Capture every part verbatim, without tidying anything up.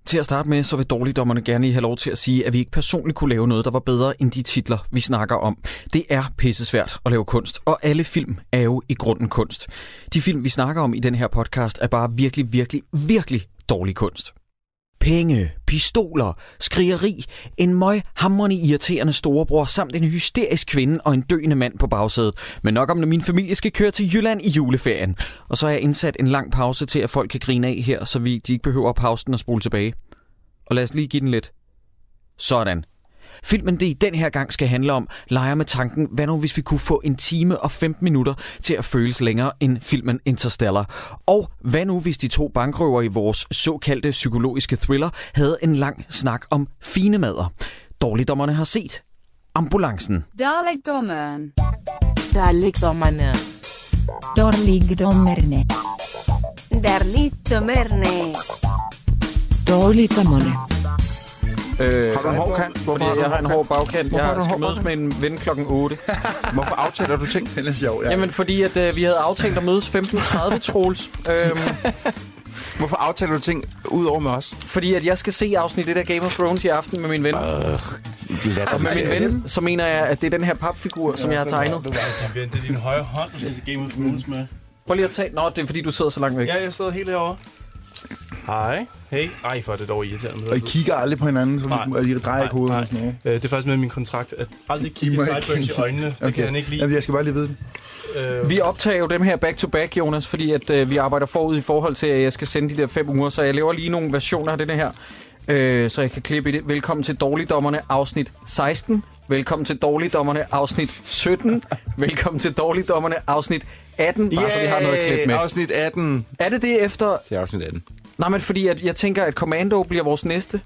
Til at starte med, så vil dårligdommerne gerne lige have lov til at sige, at vi ikke personligt kunne lave noget, der var bedre end de titler, vi snakker om. Det er pissesvært at lave kunst, og alle film er jo i grunden kunst. De film, vi snakker om i den her podcast, er bare virkelig, virkelig, virkelig dårlig kunst. Penge, pistoler, skrigeri, en møghamrende irriterende storebror, samt en hysterisk kvinde og en døende mand på bagsædet. Men nok om, når min familie skal køre til Jylland i juleferien. Og så har jeg indsat en lang pause til, at folk kan grine af her, så vi de ikke behøver at pause den og spole tilbage. Og lad os lige give den lidt. Sådan. Filmen, det i den her gang skal handle om, leger med tanken, hvad nu hvis vi kunne få en time og femten minutter til at føles længere end filmen Interstellar? Og hvad nu hvis de to bankrøvere i vores såkaldte psykologiske thriller havde en lang snak om fine mader? Dårligdommerne har set Ambulancen. Dårligdommerne. Dårligdommerne. Dårligdommerne. Dårligdommerne. Dårligdommerne. Øh, har du en hård kant? Fordi jeg har en hård bagkant. Hvorfor Jeg skal mødes med en ven klokken otte. Hvorfor aftaler du ting? Det er sjovt, ja. Jamen, fordi at, øh, vi havde aftalt at mødes femten tredive, Troels. Øhm, Hvorfor aftaler du ting ud over med os? fordi at jeg skal se afsnit et af Game of Thrones i aften med min ven. Øh, Og med min ven, så mener jeg, at det er den her papfigur, som jeg har tegnet. Det er din højre hånd, du skal se Game of Thrones med. Prøv lige at tage... Nå, det er fordi, du sidder så langt væk. Ja, jeg sidder helt herovre. Hej. Hey. Ej, for det er dog irriterende. Og I kigger aldrig på hinanden, så Nej. I drejer ikke hovedet. Nej, og sådan noget. Øh, det er faktisk med min kontrakt, at aldrig I kigge må ikke Sideburns i kigge. øjnene. Det Okay. kan han ikke lide. Jamen, jeg skal bare lige vide det. Øh, Vi optager jo dem her back-to-back, Jonas, fordi at, øh, vi arbejder forud i forhold til, at jeg skal sende de der fem uger, så jeg laver lige nogle versioner af det her, øh, så jeg kan klippe i det. Velkommen til Dårligdommerne afsnit seksten. Velkommen til Dårligdommerne afsnit sytten. Velkommen til Dårligdommerne afsnit atten. Bare så vi har noget at klippe med. Afsnit atten. Er det det efter... Det er afsnit atten. Nej, men fordi at jeg tænker, at Commando bliver vores næste.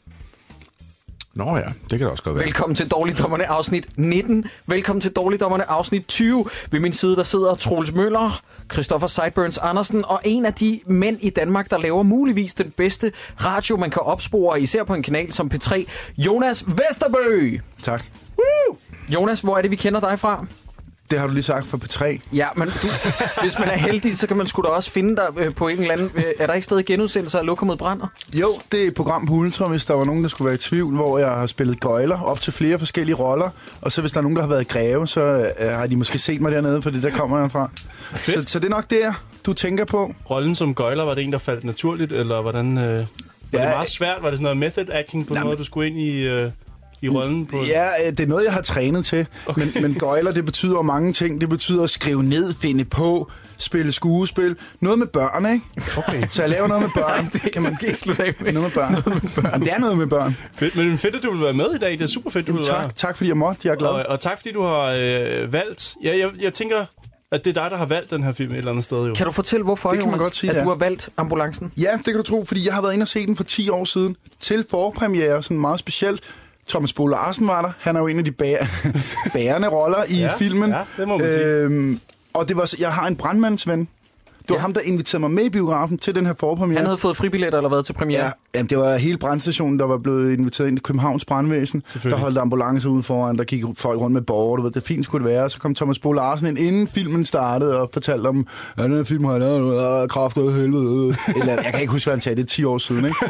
Nå ja, det kan det også godt være. Velkommen til Dårligdommerne afsnit nitten. Velkommen til Dårligdommerne afsnit tyve. Ved min side, der sidder Troels Møller, Christoffer Sideburns Andersen og en af de mænd i Danmark, der laver muligvis den bedste radio, man kan opspore, især på en kanal som P tre, Jonas Vesterbø. Tak. Woo! Jonas, hvor er det, vi kender dig fra? Det har du lige sagt for P tre. Ja, men du, hvis man er heldig, så kan man sgu da også finde dig øh, på en eller anden... Øh, er der ikke stadig genudsendelser af Lokummet brænder? Jo, det er et program på Ultra, hvis der var nogen, der skulle være i tvivl, hvor jeg har spillet gøjler op til flere forskellige roller. Og så hvis der er nogen, der har været greve, så øh, har de måske set mig dernede, fordi der kommer jeg fra. Så, så det er nok der, du tænker på. rollen som gøjler, var det en, der faldt naturligt, eller hvordan... Øh, var Ja, det meget svært? Var det sådan noget method acting på nej, noget, du skulle ind i... Øh, i rollen på... Ja, øh, det er noget, jeg har trænet til. Okay. Men, men gøjler, det betyder mange ting. Det betyder at skrive ned, finde på, spille skuespil. Noget med børn, ikke? Okay. Så jeg laver noget med børn. Nej, det kan man ikke slutte af med. Noget med børn. Noget med børn. Jamen, det er noget med børn. Fedt, men fedt, at du vil være med i dag. Det er super fedt, du Jamen, vil være. tak, tak fordi jeg måtte. Jeg er glad. Og, og tak, fordi du har øh, valgt... Ja, jeg, jeg tænker, at det er dig, der har valgt den her film et eller andet sted, jo. Kan du fortælle, hvorfor, Det kan man Jonas, godt sige, at ja. du har valgt Ambulancen? Ja, det kan du tro, fordi jeg har været inde og se den for ti år siden. Til forpremiere, sådan meget specielt. Thomas Bo Larsen var der. Han er jo en af de bæ- bærende roller i Ja, filmen. ja, det må man sige. øhm, Og det var, jeg har en brandmandsven. Det var Ja. ham, der inviterede mig med i biografen til den her forpremiere. Han havde fået fribilletter eller været til premiere? Ja, jamen, det var hele brandstationen, der var blevet inviteret ind i Københavns Brandvæsen. Der holdt ambulance ude foran, der gik folk rundt med borger, du ved, det fint skulle det være. Så kom Thomas Bo Larsen ind, inden filmen startede, og fortalte om, at den her film har lavet kraft af helvede. Eller, jeg kan ikke huske, hvad han sagde, det er ti år siden, ikke?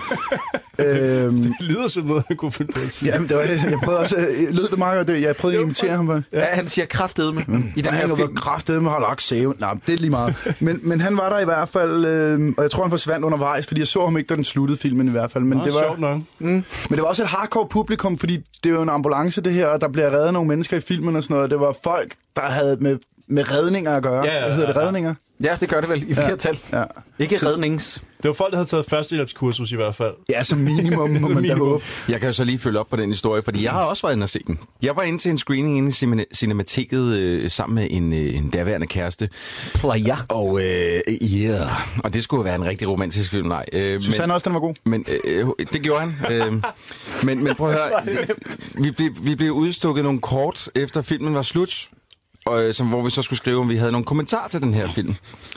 øhm, Det lyder som noget, jeg kunne finde på at sige. jamen, det var, jeg prøvede også, jeg lød det meget godt, jeg prøvede at invitere ham. På. Ja, han siger kraftedme i den her Han var film. kraftedeme har lagt sæve. Nej, det er lige meget. Men, men han var der i hvert fald, øh, og jeg tror, han forsvandt undervejs, fordi jeg så ham ikke, da den sluttede filmen i hvert fald. Men, Nå, det var, sjovt nok. Mm. men det var også et hardcore publikum, fordi det var jo en ambulance, det her, og der bliver reddet nogle mennesker i filmen og sådan noget. Det var folk, der havde med, med redninger at gøre. Ja, ja, Hvad hedder det? ja, ja. Redninger? Ja, det gør det vel i flertal. Ja. Ikke rednings. Det var folk, der havde taget førstehjælpskursus i hvert fald. Ja, som minimum, må man da minimum. håbe. Jeg kan jo så lige følge op på den historie, fordi jeg har også været inde og se den. Jeg var inde til en screening inde i Cine- Cinemateket øh, sammen med en, øh, en derværende kæreste. Playa. Og øh, yeah. og det skulle være en rigtig romantisk film, nej. Øh, Synes han også, den var god? Men øh, det gjorde han. Øh, men, men prøv at høre, vi blev, vi blev udstukket nogle kort, efter filmen var slut, og, øh, som, hvor vi så skulle skrive, om vi havde nogle kommentarer til den her film.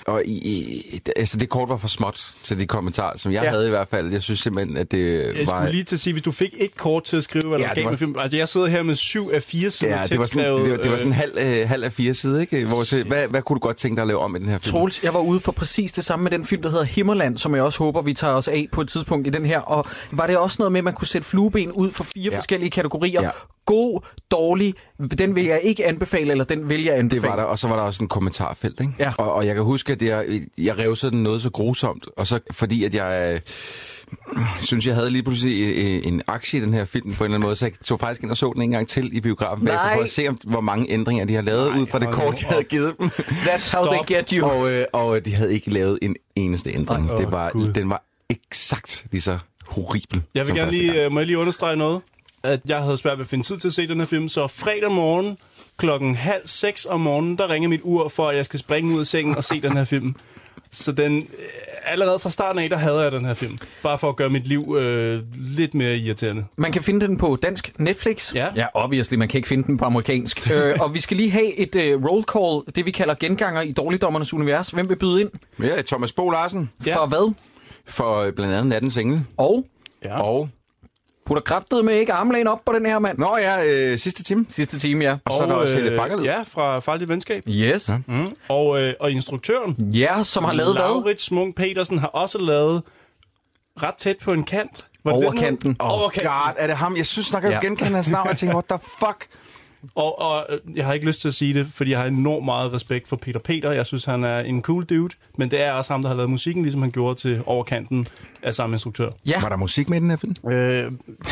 og i, i, altså det kort var for småt til de kommentarer, som jeg ja. havde i hvert fald. Jeg synes simpelthen, at det jeg var... Jeg skulle lige til at sige, hvis du fik et kort til at skrive, hvad der ja, var galt var... med filmen. Altså, jeg sidder her med syv af fire sider ja, det var sådan, skrevet, det, var, det var sådan en halv, øh, halv af fire sider, ikke? Hvor, så, hvad, hvad kunne du godt tænke dig at lave om i den her film? Troels, jeg var ude for præcis det samme med den film, der hedder Himmerland, som jeg også håber, vi tager os af på et tidspunkt i den her. Og var det også noget med, at man kunne sætte flueben ud for fire ja. forskellige kategorier? Ja. God, dårlig, den vil jeg ikke anbefale, eller den vil jeg anbefale. Det var der, og så var der også en kommentarfelt, ikke? Ja. Og, og jeg kan huske, at jeg, jeg rev sådan noget så grusomt, og så fordi, at jeg øh, synes, jeg havde lige pludselig øh, en aktie i den her film på en eller anden måde, så jeg tog faktisk ind og så den en gang til i biografen bagefter, for at se, om, hvor mange ændringer de har lavet Nej, ud fra det kort, jeg havde givet dem. That's how Stop. they get you. Og, øh, og de havde ikke lavet en eneste ændring. Oh, det var, God. den var eksakt lige så horribel. Jeg vil gerne lige, uh, må jeg lige understrege noget? At jeg havde svært ved at finde tid til at se den her film, så fredag morgen klokken halv seks om morgenen, der ringer mit ur for, at jeg skal springe ud af sengen og se den her film. Så den, allerede fra starten af, der hader jeg den her film. Bare for at gøre mit liv øh, lidt mere irriterende. Man kan finde den på dansk Netflix. Ja. Ja, obviously, man kan ikke finde den på amerikansk. øh, og vi skal lige have et øh, roll call, det vi kalder genganger i Dårligdommernes univers. Hvem vil byde ind? Ja, Thomas Bo Larsen. Ja. For hvad? For øh, blandt andet Nattens Engel. Og? Ja. Og? Putter kraftet med ikke armlægen op på den her, mand. Nå ja, øh, sidste time. Sidste time, ja. Og, og så er der også Helle Fakkerled. Ja, fra Farligt Venskab. Yes. Ja. Mm. Og, øh, og instruktøren. Ja, som har lavet hvad? Laurits Munch Petersen har også lavet ret tæt på en kant. Overkanten. Oh god, er det ham? Jeg synes nok, jeg ja. genkender hans navn. Jeg tænker, what the fuck? Og, og jeg har ikke lyst til at sige det, fordi jeg har enormt meget respekt for Peter Peter. Jeg synes, han er en cool dude. Men det er også ham, der har lavet musikken, ligesom han gjorde til Overkanten af samme instruktør. Ja. Var der musik med i den her film? Øh,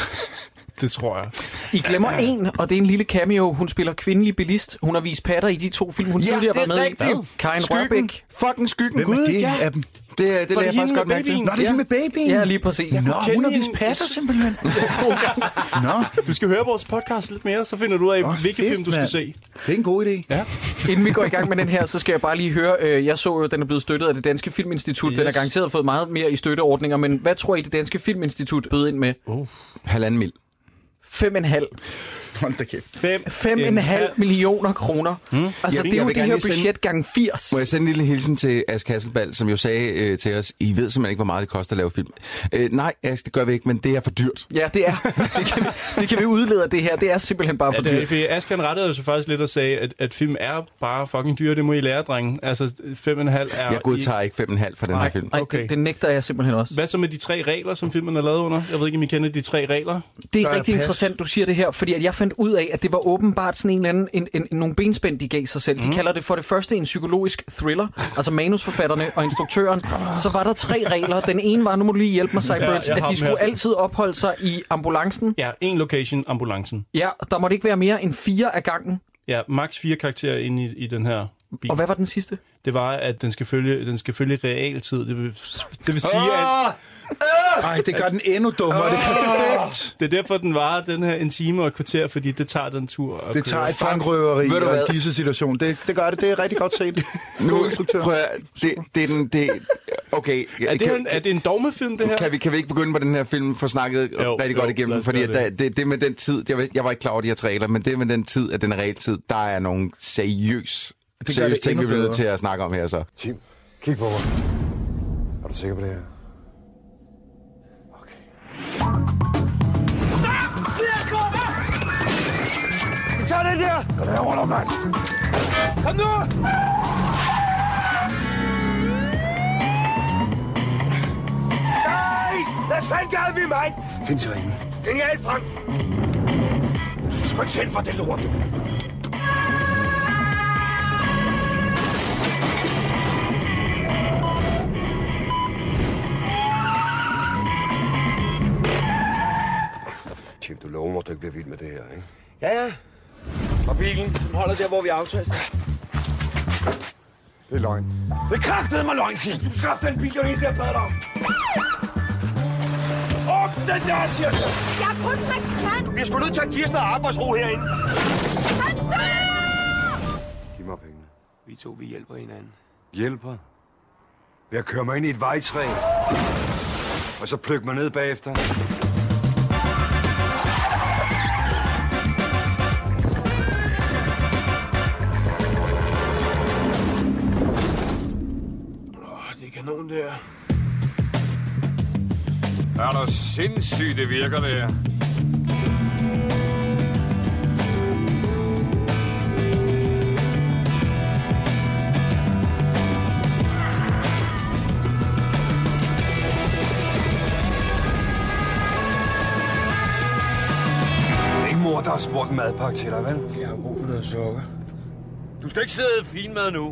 det tror jeg. I glemmer en, og det er en lille cameo. Hun spiller kvindelig bilist. Hun har vist patter i de to film, hun ja, tidligere var med rigtigt. i. Karin Skyggen. Rørbæk. Fucking Skyggen. Hvem er det ja. af dem? Det, det, det lader jeg faktisk godt mærke til. Nå, det er ja. med babyen. Ja, lige præcis. Ja, Nå, hun har vist en... patter simpelthen. Nå. Du skal høre vores podcast lidt mere, så finder du ud af, oh, hvilke fedt, film du man. skal se. Det er en god idé. Ja. Inden vi går i gang med den her, så skal jeg bare lige høre, øh, jeg så jo, den er blevet støttet af det Danske Filminstitut. Yes. Den har garanteret fået meget mere i støtteordninger, men hvad tror I, det Danske Filminstitut bød ind med? Uh. Halvanden mil. Fem og en halv. Hold da kæft. Fem, Fem en halv millioner kroner. Hmm. Altså, det er jo det her budget sende, gange firs. Må jeg sende en lille hilsen til Ask Hasselbalg, som jo sagde øh, til os, I ved simpelthen ikke, hvor meget det koster at lave film. Øh, nej, Ask, det gør vi ikke, men det er for dyrt. Ja, det er. Det kan vi, det kan vi udlede af det her. Det er simpelthen bare for ja, dyrt. Det, Ask, han rettede jo så faktisk lidt og sagde, at, at film er bare fucking dyre. Det må I lære, drenge. Altså, fem og en halv er... Jeg godtager i... ikke fem og en halv for den nej, her film. Nej, okay. det, det nægter jeg simpelthen også. Hvad så med de tre regler, som filmen er lavet under? Jeg ved ikke, om I kender de tre regler. Det er rigtig interessant, du siger det her, fordi at jeg fandt ud af, at det var åbenbart sådan en eller anden, en, en, en, nogle benspænd, de gav sig selv. De mm. kalder det for det første en psykologisk thriller, altså manusforfatterne og instruktøren. Så var der tre regler. Den ene var, nu må du lige hjælpe mig, Cyberts, ja, at de skulle altid opholde sig i ambulancen. Ja, en location, ambulancen. Ja, der måtte ikke være mere end fire af gangen. Ja, maks fire karakterer inde i, i den her bil. Og hvad var den sidste? Det var, at den skal følge, den skal følge realtid. Det vil, det vil sige, oh! at... Ej, det gør den endnu dummere. Oh! Det er perfekt. Det er derfor, den varer den her en time og et kvarter, fordi det tager den tur. Det tager et bankrøveri og en gissesituation. Det, det gør det. Det er rigtig godt set. Nu, prøv at, det, det er den... Det, okay. Er det, kan, en, er det en dogmefilm, det her? Kan vi, kan vi ikke begynde på den her film for snakket jo, rigtig jo, godt igennem? Fordi at det. Det, det med den tid... Jeg, jeg var ikke klar over de her trailer, men det med den tid, at den er realtid, der er nogle seriøs... Det seriøst ting, vi bliver nødt til at snakke om her, så. Jim, kig på mig. Er du sikker på det her? Okay. Stop! Skid komme! Tag det der! Kom herovre, mand! Kom nu! Nej! Hvad fanden gør vi, mand? Find til ringen. Genial, Frank! Du skal sgu ikke tænde for det lort, du. Jim, du lover mig, at du ikke bliver vild med det her, ikke? Ja, ja. Og bilen, den holder der, hvor vi aftalte. Det er løgn. Det er kraftedeme mig løgn, Jim. Du skal skaffe den bil, det er eneste, jeg har dig om. Åbn den der, siger jeg. Jeg er kun praktikant. Vi er sgu nødt til at give os noget arbejdsro herinde. Så dør! Giv mig pengene. Vi to, vi hjælper hinanden. Hjælper? Ved at køre mig ind i et vejtræ. Og så plukke mig ned bagefter. nogen der. Er der sindssygt, det virker det her. Mor, der har smurt en madpakke til dig, vel? Jeg har brug for noget sukker. Du skal ikke sidde fin mad nu.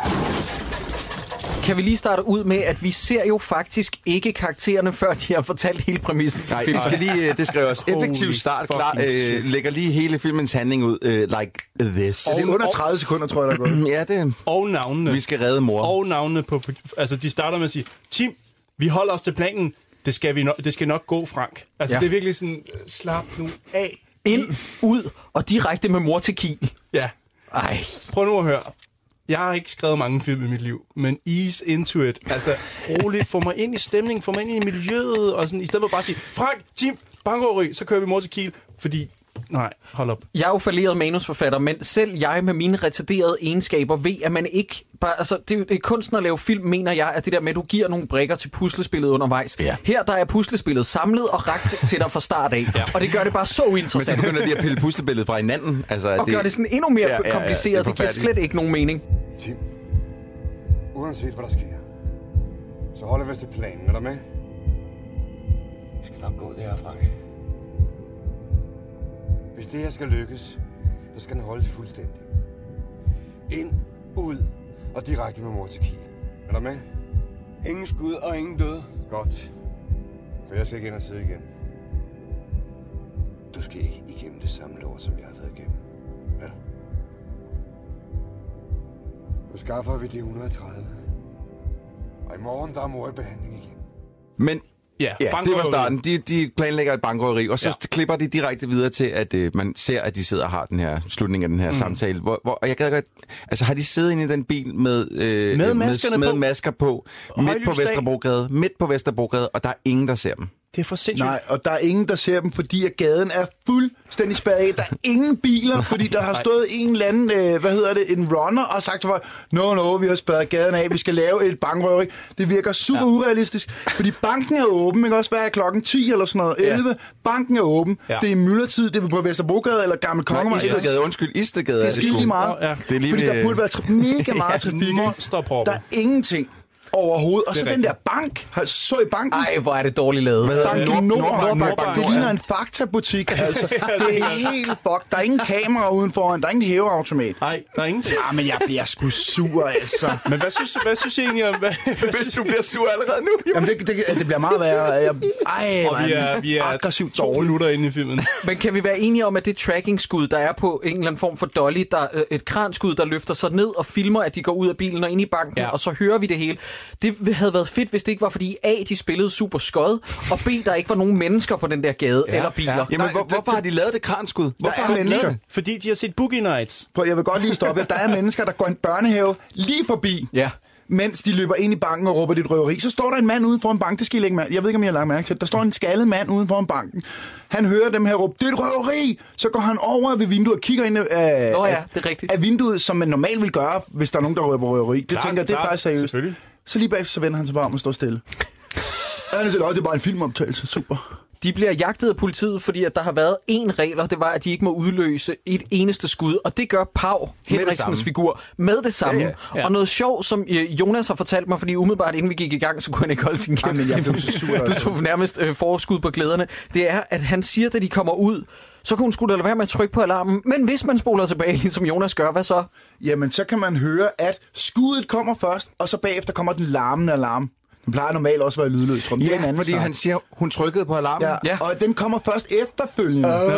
Kan vi lige starte ud med, at vi ser jo faktisk ikke karaktererne, før de har fortalt hele præmissen. Nej, det skal lige, det skal også effektiv start, klar, øh, lægger lige hele filmens handling ud, øh, like this. Og det er under tredive sekunder, tror jeg, der er gået. Ja, det Og navnene. Vi skal redde mor. Og navnene på... Altså, de starter med at sige, Tim, vi holder os til planen. Det skal, vi no- det skal nok gå, Frank. Altså, ja. Det er virkelig sådan, slap nu af. Ind, ud og direkte med mor til Kiel. Ja. Ej. Prøv nu at høre. Jeg har ikke skrevet mange film i mit liv, men ease into it. Altså, roligt, få mig ind i stemningen, få mig ind i miljøet, og sådan, i stedet for bare at sige, Frank, Tim, bankrøveri, så kører vi mor til Kiel, fordi... Nej, hold op. Jeg er jo falderet manusforfatter, men selv jeg med mine retarderede egenskaber ved, at man ikke bare... Altså, det er jo det er kunsten at lave film, mener jeg, at det der med, at du giver nogle brikker til puslespillet undervejs. Ja. Her, der er puslespillet samlet og rakt til dig fra start af. Ja. Og det gør det bare så uinteressant. Men så begynder de at pille puslespillet fra hinanden. Altså, og det... gør det sådan endnu mere ja, ja, ja, kompliceret. Det, det giver slet ikke nogen mening. Tim, uanset hvad der sker, så holder vi os til planen. Er du med? Vi skal nok gå der, Frank. Hvis det her skal lykkes, så skal den holdes fuldstændig. Ind, ud og direkte med mor til Kiel. Er du med? Ingen skud og ingen død. Godt. For jeg skal ikke ind og sidde igen. Du skal ikke igennem det samme lort, som jeg har været igennem. Vel? Nu skaffer vi de et hundrede og tredive. Og i morgen, der er mor i behandling igen. Men ja, ja det var starten. De, de planlægger et bankrøveri, og så ja. klipper de direkte videre til, at øh, man ser, at de sidder og har den her slutning af den her mm. samtale. Hvor, hvor, og jeg gad godt... Altså, har de siddet inde i den bil med, øh, med, med, med på. masker på, midt på Vesterbrogade, midt på Vesterbrogade, og der er ingen, der ser dem. Det er for sindssygt. Nej, og der er ingen, der ser dem, fordi at gaden er fuldstændig spærret af. Der er ingen biler, fordi der har stået en eller anden, øh, hvad hedder det, en runner, og sagt til folk, no, no, vi har spærret gaden af, vi skal lave et bankrøveri. Det virker super ja. urealistisk, fordi banken er åben, ikke også? Hvad er klokken ti eller sådan noget? elleve. Ja. Banken er åben. Ja. Det er myldretid, det er på Vesterbrogade eller Gammel Kongemar. Istegade, undskyld, Istegade. Det er skide meget, oh, ja. det er lige fordi der burde være tra- mega meget trafik. Der er ingenting overhovedet. Og så den der bank. Så i banken. Ej, hvor er det dårligt lavet. Banken Nord. Nord, Nord, Nord, det ligner en faktabutik, altså. Det er helt fuck. Der er ingen kamera uden foran. Der er ingen hæveautomat. Nej, der er ingenting. Ja, men jeg bliver sgu sur, altså. Men hvad synes du, hvad synes I egentlig om... Hvad, hvad Hvis du bliver sur allerede nu. Jamen, det, det, det bliver meget værre. Jeg, ej, og vi er, vi er aggressivt to dårlig. minutter inde i filmen. Men kan vi være enige om, at det tracking-skud, der er på en eller anden form for dolly, der et kranskud, der løfter sig ned og filmer, at de går ud af bilen og ind i banken, ja. og så hører vi det hele. Det havde været fedt, hvis det ikke var, fordi A, de spillede super skød, og B, der ikke var nogen mennesker på den der gade ja. eller biler. Ja. Jamen, Nej, hvor, hvorfor har de lavet det kranskud? Hvorfor har de mennesker? Det? Fordi de har set Boogie Nights. Prøv, jeg vil godt lige stoppe. Der er mennesker, der går en børnehave lige forbi. Ja. Mens de løber ind i banken og råber dit røveri, så står der en mand uden for en bank. Det skal I lægge mærke. Jeg ved ikke, om jeg har lagt mærke til det. Der står en skaldet mand uden for en banken. Han hører dem her råbe, det er et røveri! Så går han over ved vinduet og kigger ind af, Nå, ja, det er rigtigt. af vinduet, som man normalt vil gøre, hvis der er nogen, der råber røveri. Det klar, tænker jeg, det er klar, faktisk seriøst. Så lige bagefter, så vender han sig bare om og står stille. Han siger, det er bare en filmoptagelse. Super. De bliver jagtet af politiet, fordi at der har været én regel, og det var, at de ikke må udløse et eneste skud. Og det gør Pau, Henriksens figur, med det samme. Ja, ja. Ja. Og noget sjov, som Jonas har fortalt mig, fordi umiddelbart inden vi gik i gang, så kunne han ikke holde sin kæft. Jamen, jeg blev så sur. Du tog nærmest øh, forskud på glæderne. Det er, at han siger, da de kommer ud, så kunne hun sgu da lade være med at trykke på alarmen. Men hvis man spoler tilbage, ligesom Jonas gør, hvad så? Jamen, så kan man høre, at skuddet kommer først, og så bagefter kommer den larmende alarm. Den plejer normalt også at være lydløs. Tror, ja, anden fordi snart. Han siger, hun trykkede på alarmen. Ja, ja. Og den kommer først efterfølgende. Uh.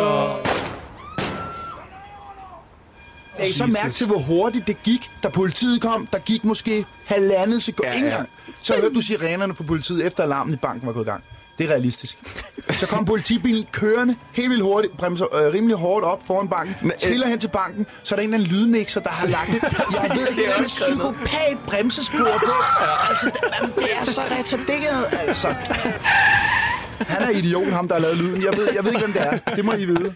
Er I så mærke til, hvor hurtigt det gik, da politiet kom? Der gik måske halvandet sekund. Ja, ja. Så hørte du sirenerne fra politiet, efter alarmen i banken var gået i gang. Det er realistisk. Så kom politibilen kørende helt vildt hurtigt, bremser øh, rimelig hårdt op foran banken, men, triller hen til banken, så er der en eller anden lydmixer, der har lagt det. Jeg ved ikke, det er en psykopat bremsespor på. Altså, det, det er så retarderet, altså. Han er er idioten, ham der har lavet lyden. Jeg ved, jeg ved ikke, hvem det er. Det må I vide.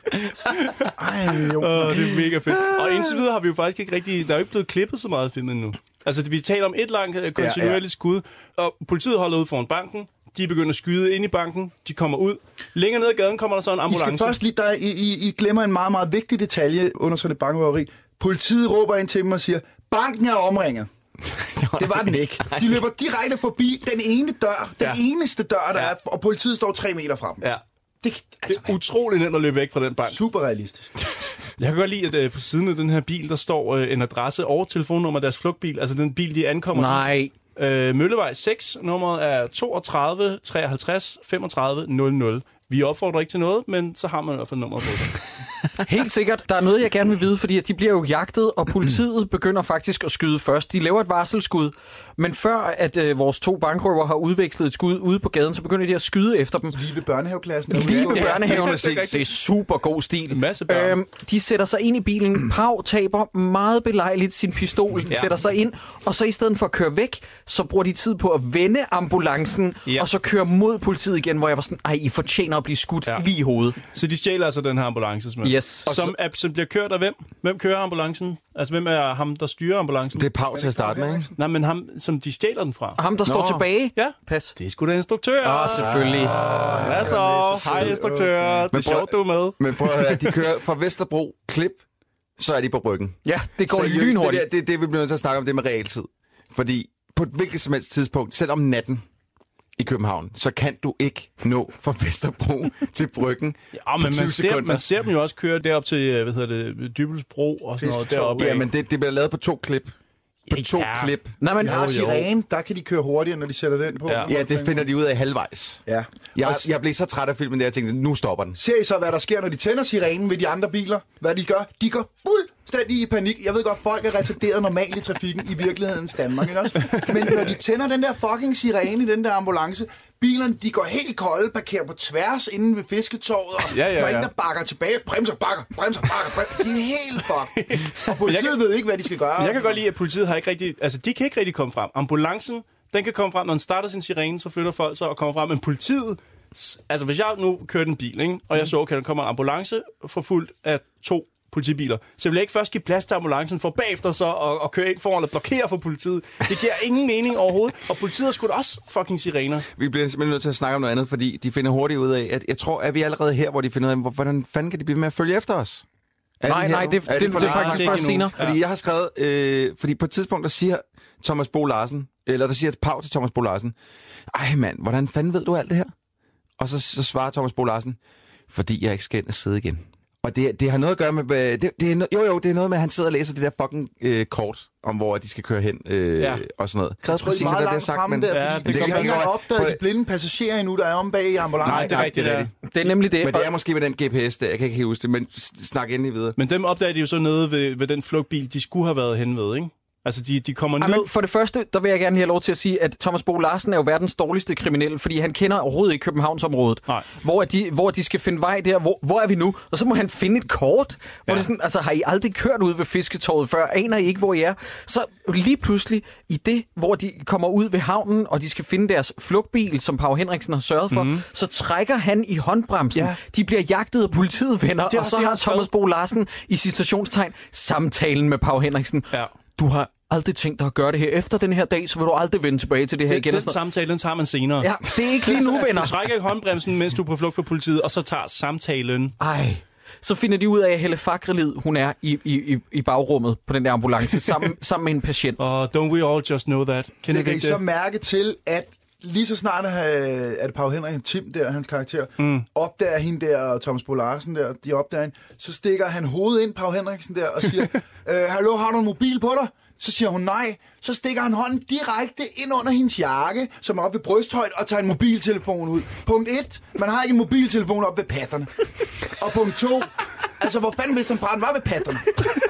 Ej, idiot. Åh, det er mega fedt. Og indtil videre har vi jo faktisk ikke rigtig... Der er jo ikke blevet klippet så meget af filmen nu. Altså, vi taler om et langt kontinuerligt ja, ja. skud, og politiet holder ud foran banken. De begynder at skyde ind i banken. De kommer ud. Længere ned ad gaden kommer der så en ambulance. I skal først lige... Der, I, I, I glemmer en meget, meget vigtig detalje under sådan et bankrøveri. Politiet råber ind til dem og siger, banken er omringet. Det var den ikke. De løber direkte forbi den ene dør, den ja. eneste dør, der ja. er, og politiet står tre meter fra dem. Ja. Det, altså, det er utroligt nemt at løbe væk fra den bank. Super realistisk. Jeg kan godt lide, at uh, på siden af den her bil, der står uh, en adresse og telefonnummer af deres flugtbil. Altså den bil, de ankommer. Nej. Uh, Møllevej seks, nummeret er toogtredive treoghalvtreds femogtredive nul nul. Vi opfordrer ikke til noget, men så har man i hvert fald nummer på det. Helt sikkert. Der er noget, jeg gerne vil vide, fordi de bliver jo jagtet, og politiet begynder faktisk at skyde først. De laver et varselsskud, men før at øh, vores to bankrøver har udvekslet et skud ude på gaden, så begynder de at skyde efter dem. Lige ved børnehaveklassen. Lige ved børnehaven. Det er super god stil. En masse børn. Øhm, de sætter sig ind i bilen. Pau taber meget belejligt sin pistol, ja. sætter sig ind, og så i stedet for at køre væk, så bruger de tid på at vende ambulancen, ja. og så køre mod politiet igen, hvor jeg var sådan, ej, I fortjener at blive skudt ja. lige i hovedet. Så de stjæler altså den her ambulance, simpelthen. Yes. Som, så... som bliver kørt af hvem? Hvem kører ambulancen? Altså, hvem er ham, der styrer ambulancen? Det er Pau til at starte med, ikke? Nej, men ham, som de stjæler den fra. Ham, der Nå. står tilbage? Ja. Pas. Det er sgu da instruktør. Åh, selvfølgelig. Oh, hvad så? Hej, instruktør. Det er sjovt, du er med. Men prøv at høre, de kører fra Vesterbro, klip, så er de på bryggen. Ja, det går seriøst, lynhurtigt. Det, det, det, vi bliver nødt til at snakke om, det med realtid. Fordi på et hvilket som helst tidspunkt, selv om natten, i København, så kan du ikke nå fra Vesterbro til Bryggen ja, men man ser, man ser dem jo også køre derop til, hvad hedder det, Dybelsbro og sådan noget deroppe. Ja, men det, det bliver lavet på to klip. På to ja. klip. Nej, men har sirene, der kan de køre hurtigere, når de sætter den på. Ja, ja det finder de ud af halvvejs. Ja. Jeg, jeg blev så træt af filmen, der jeg tænkte, nu stopper den. Ser I så, hvad der sker, når de tænder sirenen ved de andre biler? Hvad de gør? De går fuldstændig i panik. Jeg ved godt, folk er retarderet normalt i trafikken i virkelighedens Danmark, ikke også? Men når de tænder den der fucking sirene i den der ambulance, bilerne, de går helt kolde, parkerer på tværs inden ved Fisketorvet, og ja, ja, ja. der er en, der bakker tilbage, bremser, bakker, bremser, bakker, bremser. De er helt fuck. Og politiet kan, ved ikke, hvad de skal gøre. Jeg kan godt lide, at politiet har ikke rigtig, altså de kan ikke rigtig komme frem. Ambulancen, den kan komme frem, når den starter sin sirene, så flytter folk sig og kommer frem, men politiet, altså hvis jeg nu kørte en bil, ikke, og jeg så, okay, der kommer en ambulance forfulgt af to politibiler. Så vil jeg ikke først give plads til ambulancen for bagefter så og, og køre ind foran og blokere for politiet. Det giver ingen mening overhovedet. Og politiet har sgu da også fucking sirener. Vi bliver simpelthen nødt til at snakke om noget andet, fordi de finder hurtigt ud af, at jeg tror, at vi er allerede her, hvor de finder ud af, hvordan fanden kan de blive med at følge efter os? Er nej, nej, det, er det, det, det er faktisk først senere. Fordi ja. jeg har skrevet, øh, fordi på et tidspunkt, der siger Thomas Bo Larsen, eller der siger Pau til Thomas Bo Larsen, ej mand, hvordan fanden ved du alt det her? Og så, så svarer Thomas Bo Larsen, fordi jeg ikke skal ind og sidde igen. Og det, det har noget at gøre med... Det, det er, jo, jo, det er noget med, at han sidder og læser det der fucking øh, kort, om hvor de skal køre hen øh, ja. og sådan noget. Jeg tror, det er meget langt fremme der, ja, fordi det, det kan ikke engang opdage de blinde passagerer endnu, der er om bag i ambulancen. Nej, det er rigtigt, det er det. er nemlig det. Men det er måske med den G P S der, jeg kan ikke helt huske det, men snak endelig videre. Men dem opdager de jo så nede ved, ved den flugtbil, de skulle have været hen ved, ikke? Altså, de, de kommer ned... Ja, for det første, der vil jeg gerne have lov til at sige, at Thomas Bo Larsen er jo verdens dårligste kriminel, fordi han kender overhovedet ikke Københavnsområdet. Hvor de, hvor de skal finde vej der. Hvor, hvor er vi nu? Og så må han finde et kort. Hvor ja. det sådan, altså, har I aldrig kørt ud ved Fisketorvet før? Aner I ikke, hvor I er? Så lige pludselig, i det, hvor de kommer ud ved havnen, og de skal finde deres flugtbil, som Pau Henriksen har sørget for, mm. så trækker han i håndbremsen. Ja. De bliver jagtet af politiet, venner. Og så har Thomas Bo Larsen i citationstegn samtalen med Pau Henriksen. Ja. Du har aldrig tænkt dig at gøre det her efter den her dag, så vil du aldrig vende tilbage til det her det, igen. Den samtale, den tager man senere. Ja, det er ikke lige nu, venner. Du trækker i håndbremsen, mens du er på flugt for politiet, og så tager samtalen. Ej, så finder de ud af, at Helle Fagrelid, hun er i, i, i bagrummet på den der ambulance, sammen, sammen med en patient. Oh, don't we all just know that? Kan det kan I så mærke til, at lige så snart er det Pau Henriksen, Tim der, hans karakter, mm. opdager hende der, og Thomas Bo Larsen der, de opdager hende, så stikker han hovedet ind, Pau Henriksen der, og siger, hallo, har du en mobil på dig? Så siger hun nej. Så stikker han hånden direkte ind under hendes jakke, som er oppe ved brysthøjde, og tager en mobiltelefon ud. Punkt et. Man har ikke en mobiltelefon oppe ved patterne. Og punkt to. Altså, hvor fanden vidste han fra, den var ved patterne?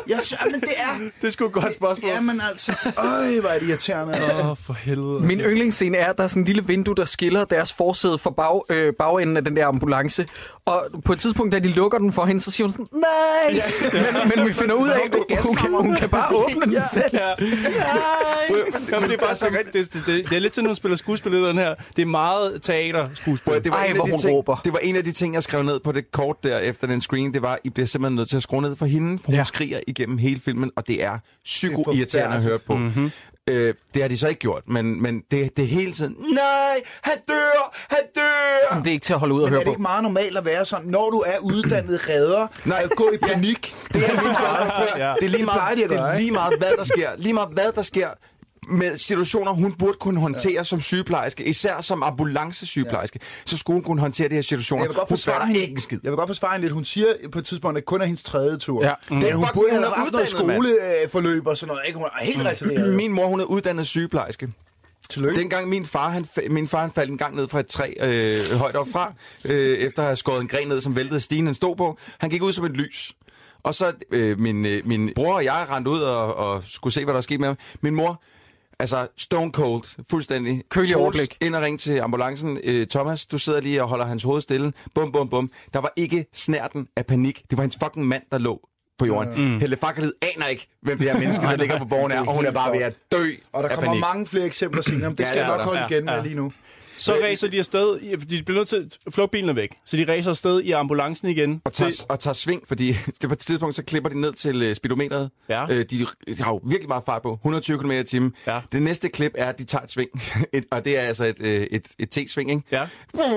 Jeg synes, men det er... Det er sgu et godt spørgsmål. Jamen altså, øj, hvor er det irriterende. Åh, oh, for helvede. Min yndlingsscene er, at der er sådan en lille vindue, der skiller deres forsæde fra bag, øh, bagenden af den der ambulance. Og på et tidspunkt, da de lukker den for hende, så siger hun sådan, nej! Ja. Men, men vi finder ud af, at hun, kan, hun kan bare åbne den selv. Ja. Jamen, det er bare så rigtigt. Det, det, det, det er lidt sådan, hun spiller skuespil i den her. Det er meget teaterskuespil. Det var, Ej, en hvor af de hun ting, råber. det var en af de ting, jeg skrev ned på det kort der efter den screen. Det var, I bliver simpelthen nødt til at skrue ned for hende, for hun Ja. skriger igennem hele filmen, og det er psyko-irriterende at høre på. Mm-hmm. Øh, det har de så ikke gjort, men, men det, det er hele tiden, nej, han dør, han dør! Jamen, det er ikke til at holde ud og Men høre er det på. ikke meget normalt at være sådan, når du er uddannet redder, Nej. at gå i panik? Det er, lige meget, Ja. det er lige Det plejer meget, de at det gøre, er ikke? lige meget, hvad der sker. Lige meget, hvad der sker med situationer, hun burde kunne håndtere ja. som sygeplejerske, især som ambulancesygeplejerske, ja. så skulle hun kunne håndtere de her situationer. Jeg vil godt hun forsvare fatter hende. ikke en skid. Jeg vil godt forsvare hende lidt. Hun siger på et tidspunkt, at det kun er hendes tredje tur. Ja. Men Det er hun fucking, burde hun have er haft noget uddannet, skoleforløb og sådan noget. Ikke? Hun er helt retarderet. Min mor, hun er uddannet sygeplejerske. Tillykke. Dengang min far, han, fa- min far han faldt en gang ned fra et træ øh, højt op fra, øh, efter at have skåret en gren ned, som væltede stigen, han stod på. Han gik ud som et lys. Og så øh, min, øh, min bror og jeg rendte ud og, og skulle se, hvad der skete med ham. Min mor, altså stone cold, fuldstændig. Kølig overblik. Ind og ringe til ambulancen. Øh, Thomas, du sidder lige og holder hans hoved stille. Bum, bum, bum. Der var ikke snærten af panik. Det var hans fucking mand, der lå på jorden. Mm. Helle Fakkerlid aner ikke, hvem det her menneske, der ligger på borgen er, og hun er bare ved at dø Og der af kommer panik. mange flere eksempler senere, men det Ja, skal det jeg er nok der. holde Ja, igen ja. med lige nu. Så racer de afsted, i- de bliver nødt til, flugtbilen er væk, så de racer afsted i ambulancen igen. Og tager, og tager sving, fordi det på et tidspunkt, så klipper de ned til øh, speedometeret. Ja. Øh, de, de har jo virkelig meget fart på, et hundrede og tyve kilometer i timen. Ja. Det næste klip er, at de tager et sving, et, og det er altså et, øh, et, et T-sving, ikke? Ja.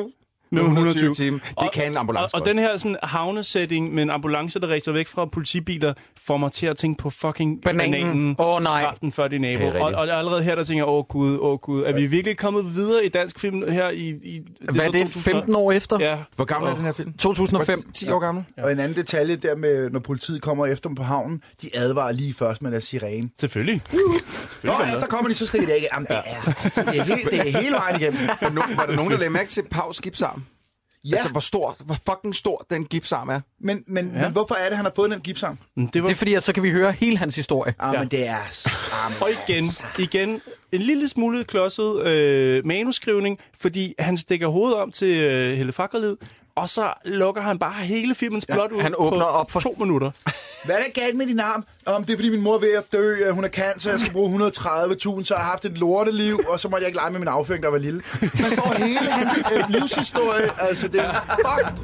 Med et hundrede og tyve timer. Det kan en ambulance og, og godt. den her sådan, havnesætning med en ambulance, der racer væk fra politibiler, får mig til at tænke på fucking Bananen. bananen. Åh, nej. Skrald den før din nabo. Det er Og, rigtigt. og allerede her, der tænker jeg, åh gud, åh gud. Er vi virkelig kommet videre i dansk film her i... i Hvad er så det? to tusind og- femten år efter? Ja. Hvor gammel er den her film? to tusind og fem. ti år gammel? Og en anden detalje der med, når politiet kommer efter dem på havnen, de advarer lige først med deres sirene. Selvfølgelig. Nå ja, der kommer de så stikker det ikke. Jamen, det er, altså, det er, helt, det er hele vejen igennem. Var, no, var der nogen, der lagde mærke til Paus gipsarm? Ja, Altså, hvor stor, hvor fucking stor den gipsarm er. men, men, Ja. men hvorfor er det, han har fået den gipsarm? Det var Det er fordi, at så kan vi høre hele hans historie. Ah, Ja. men det er... Ah, men Og igen, igen en lille smule klodset øh, manuskrivning, fordi han stikker hovedet om til øh, Helle Fakkerlid, og så lukker han bare hele filmens plot ud han åbner på op for- to minutter. Hvad er der galt med din arm? Om det er, fordi min mor er ved at dø, hun har cancer, jeg skal bruge et hundrede og tredive tusind, så jeg har haft et lorteliv, og så måtte jeg ikke lege med min afføring, der var lille. Man får hele hans øh, livshistorie, altså det er fucked.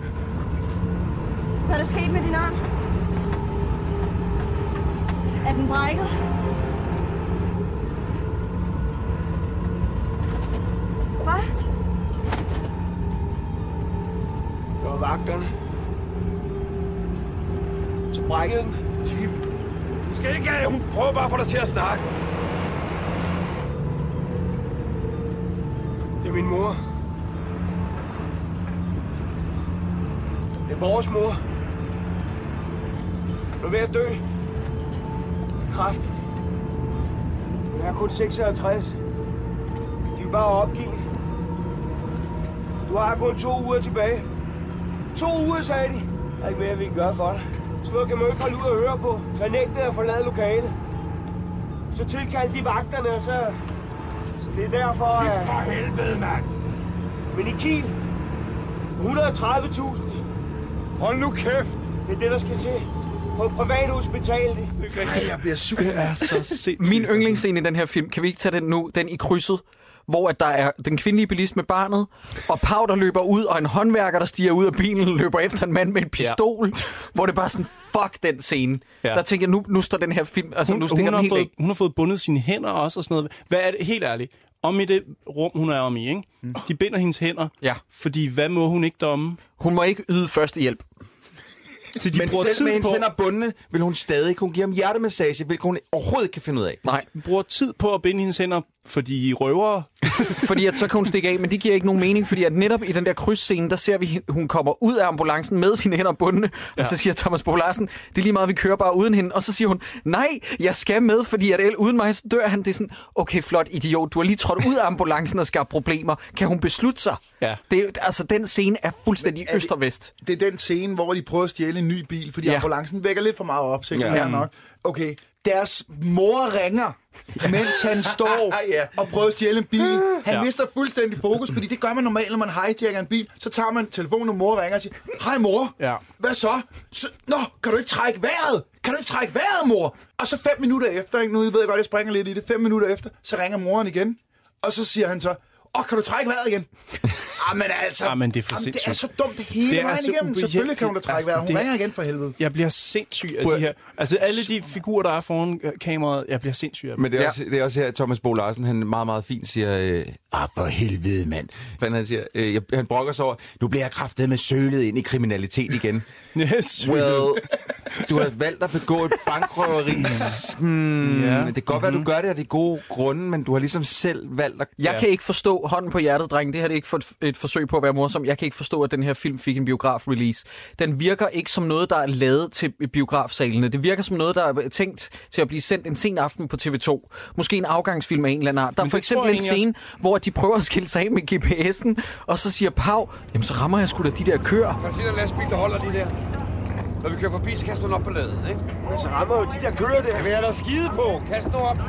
Hvad er der sket med din arm? Er den brækket? Hvad? Det var vagterne. Så brækkede den. Tim, du skal ikke af. Hun prøver bare at få dig til at snakke. Det er min mor. Det er vores mor. Hun er ved at dø. Kræft. Hun er kun seksoghalvtreds. De vil bare opgive. Du har kun to uger tilbage. To uger, sagde de. Der er ikke mere, vi kan gøre for dig. Så noget kan man jo ikke holde ud og høre på. Så jeg nægtede at forlade lokalet. Så tilkaldte de vagterne, og så... Så det er derfor, at... For helvede, mand. Men i Kiel, et hundrede og tredive tusind. Hold nu kæft. Det er det, der skal til. På et privathospital. Det. Ej, jeg bliver sur. Det er så sindssygt. Min yndlingsscene i den her film, kan vi ikke tage den nu, den i krydset, hvor at der er den kvindelige bilist med barnet, og Pau, der løber ud, og en håndværker, der stiger ud af bilen, løber efter en mand med en pistol, ja. Hvor det er bare sådan, fuck den scene. Ja. Der tænker jeg, nu, nu står den her film, altså Hun, nu stikker hun, den har helt fået, væk. hun har fået bundet sine hænder også og sådan noget. Hvad er det, helt ærligt, om i det rum, hun er om i, ikke? Mm. De binder hendes hænder, Ja. fordi hvad må hun ikke domme? Hun må ikke yde førstehjælp. Så de Men bruger selv tid med hendes på, hænder bundne, vil hun stadig kunne give ham hjertemassage, hvilket hun overhovedet ikke kan finde ud af. Nej. bruger tid på at binde hendes hænder Fordi I røver. Fordi at så kan hun stikke af, men det giver ikke nogen mening, fordi at netop i den der krydsscene, der ser vi, hun kommer ud af ambulancen med sine hænder bundne, ja. Og så siger Thomas Bo Larsen, det er lige meget, vi kører bare uden hende. Og så siger hun, nej, jeg skal med, fordi at uden mig, så dør han. Det er sådan, okay, flot idiot, du har lige trådt ud af ambulancen og skabt problemer. Kan hun beslutte sig? Ja. Det er, altså, den scene er fuldstændig øst og vest. Det er den scene, hvor de prøver at stjæle en ny bil, fordi ja. ambulancen vækker lidt for meget op, så ja. nok. Okay, deres mor ringer, mens han står ja. og prøver at stjæle en bil. Han ja. mister fuldstændig fokus, fordi det gør man normalt, når man hijacker en bil. Så tager man telefonen, og mor ringer og siger, hej mor, ja. hvad så? så? Nå, kan du ikke trække vejret? Kan du ikke trække vejret, mor? Og så fem minutter efter, ikke? Nu ved jeg godt, jeg springer lidt i det, fem minutter efter, så ringer moren igen, og så siger han så, åh, oh, kan du trække vejret igen? Jamen altså, Jamen, det, er jamen, det er så dumt det hele vejen igennem. Selvfølgelig kan hun da trække vejret. Hun det, ringer igen for helvede. Jeg bliver sindssyg af de her. Altså alle de figurer, der er foran kameraet, jeg bliver sindssyg af dem. Men det er, ja. også, det er også her, at Thomas Bo Larsen, han meget, meget fint siger, øh, ah, for helvede, mand. Fanden, han siger, øh, han brokker sig over, nu bliver jeg kraftet med sølet ind i kriminalitet igen. Yes, well, du har valgt at begå et bankrøveri. Hmm, ja. Det kan godt være, du gør det af de gode grunde, men du har ligesom selv valgt at... Jeg ja. kan ikke forstå, hånden på hjertet, dreng, det her det er ikke for et, et forsøg på at være morsom. Jeg kan ikke forstå, at den her film fik en biograf-release. Den virker ikke som noget, der er lavet til biografsalene. Det virker som noget, der er tænkt til at blive sendt en sen aften på T V to. Måske en afgangsfilm af en eller anden art. Der er for eksempel en scene, også... hvor de prøver at skille sig af med G P S'en, og så siger Pau, jamen så rammer jeg sgu da de der køer. Kan du se, der lastbil, der holder de der? Når vi kører forbi, så kaster du op på laden, ikke? Men så rammer jo de der køer der. Det vil jeg da skide på. Kast nu op.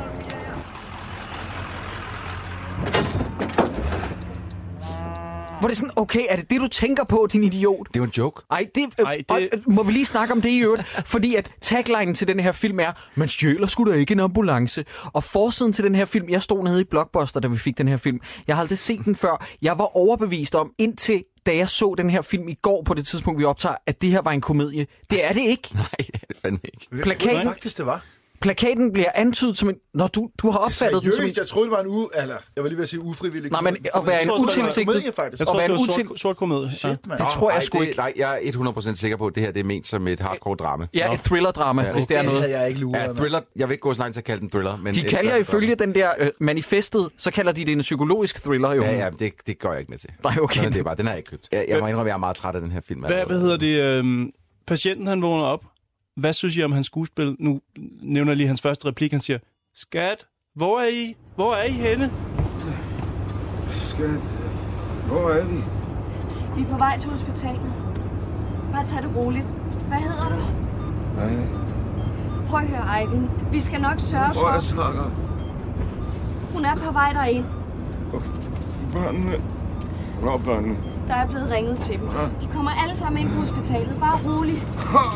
Hvor det er sådan, okay, er det det, du tænker på, din idiot? Det er jo en joke. Ej, det, øh, Ej, det... Øh, må vi lige snakke om det i øvrigt? Fordi at taglinen til den her film er, man stjæler sgu da ikke en ambulance. Og forsiden til den her film, jeg stod nede i Blockbuster, da vi fik den her film. Jeg har aldrig set den før. Jeg var overbevist om, indtil da jeg så den her film i går på det tidspunkt, vi optager, at det her var en komedie. Det er det ikke. Nej, det er fandme ikke. Plakaten... Det faktisk, det var. Plakaten bliver antydet som en... Når du, du har opfattet den som en... Jeg troede, det var en u... Eller, jeg vil lige ved at sige ufrivillig. Nej, men at være en utilsigtet... Jeg tror, det var sort, sort komedie. Shit, ja. Det tror jeg Ej, sgu det, ikke. Nej, jeg er hundrede procent sikker på, at det her det er ment som et hardcore drama. Ja, Nå. et thriller-drama, ja, hvis det er noget. Jeg ikke luret, ja, thriller... Jeg vil ikke gå så langt til at kalde den thriller. Men de kalder ifølge den der øh, manifestet, så kalder de det en psykologisk thriller, jo. Ja, ja, det, det går jeg ikke med til. Nej, okay. Nå, det er bare, den har jeg ikke købt. Jeg, jeg må indrømme, jeg er meget træt af den her film. Hvad, hvad hedder det? Øh, patienten, han vågner op. Hvad synes I om hans skuespil? Nu nævner jeg lige hans første replik. Han siger, skat, hvor er I? Hvor er I henne? Skat, hvor er vi? Vi er på vej til hospitalet. Bare tag det roligt. Hvad hedder du? Nej. Prøv at høre, Eivind. Vi skal nok sørge for... Hvor er snakker? Hun er på vej derind. Børnene. Hvor er børnene? Der er blevet ringet til dem. De kommer alle sammen ind på hospitalet. Bare rolig.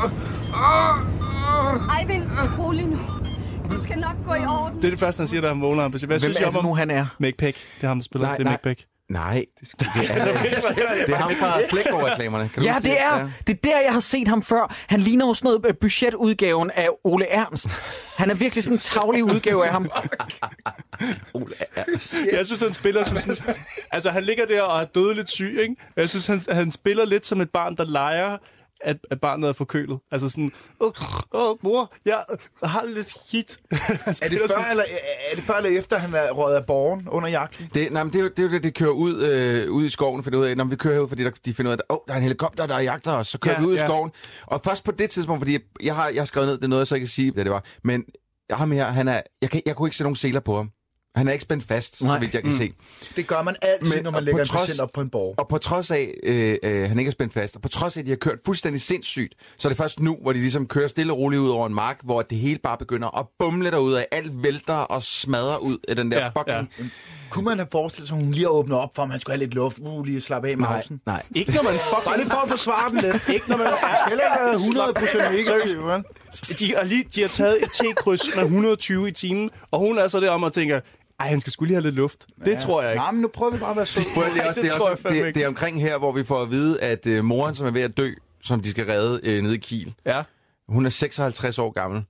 Eivind, rolig nu. Vi skal nok gå i orden. Det er det første, han siger, da han vågner. Hvad Hvem synes er det nu, han er? Mick Peck. Det er ham, der spiller. Nej, det er nej. Mick Peck. Nej, det, det, er, det, det er ham fra Flækgaard-reklamerne. Ja, det er. Ja. Det er der, jeg har set ham før. Han ligner jo sådan noget budgetudgaven af Ole Ernst. Han er virkelig sådan en tavlig udgave af ham. Ole Ernst. Jeg synes, han spiller som sådan... Altså, han ligger der og er dødeligt syg, ikke? Jeg synes, han, han spiller lidt som et barn, der leger, at, at barnet er forkølet. Altså sådan, åh, åh mor, jeg har lidt hit. Er det, før, eller, er det før eller efter, han er røget af borgen under jagten? Det, nej, men det er jo det, er jo det de kører ud, øh, ud i skoven, for det ud af, når vi kører ud, fordi der, de finder ud af, at oh, der er en helikopter, der jagter os, så kører ja, vi ud ja. i skoven. Og først på det tidspunkt, fordi jeg har, jeg har skrevet ned, det er noget, jeg så ikke kan sige, hvad det var, men ham her, han er, jeg, kan, jeg kunne ikke se nogen seler på ham. Han er ikke spændt fast, Nej. så vidt jeg kan mm. se. Det gør man altid, men, når man lægger en trods, patient op på en borg. Og på trods af, øh, øh, han ikke er spændt fast, og på trods af, at de har kørt fuldstændig sindssygt, så er det først nu, hvor de ligesom kører stille og roligt ud over en mark, hvor det hele bare begynder at bumle derud af, alt vælter og smadrer ud af den der ja, fucking... Ja. Kunne man have forestillet sig, at hun lige åbner op, for at man skulle have lidt luft, uh, lige slappe af med mausen? Nej, ikke når man fucking... Bare lige for at forsvare den lidt. Ikke når man er heller ikke hundrede procent negativ, vel? De har, lige, de har taget et T-kryds med et hundrede og tyve i timen, og hun er så der om og tænker... Ej, han skal sgu lige have lidt luft. Det ja. tror jeg ikke. Nej, men nu prøver vi bare at være sød. Det, det, er også, det, er også, det, det er omkring her, hvor vi får at vide, at uh, moren, som er ved at dø, som de skal redde uh, nede i Kiel, ja. hun er seksoghalvtreds år gammel.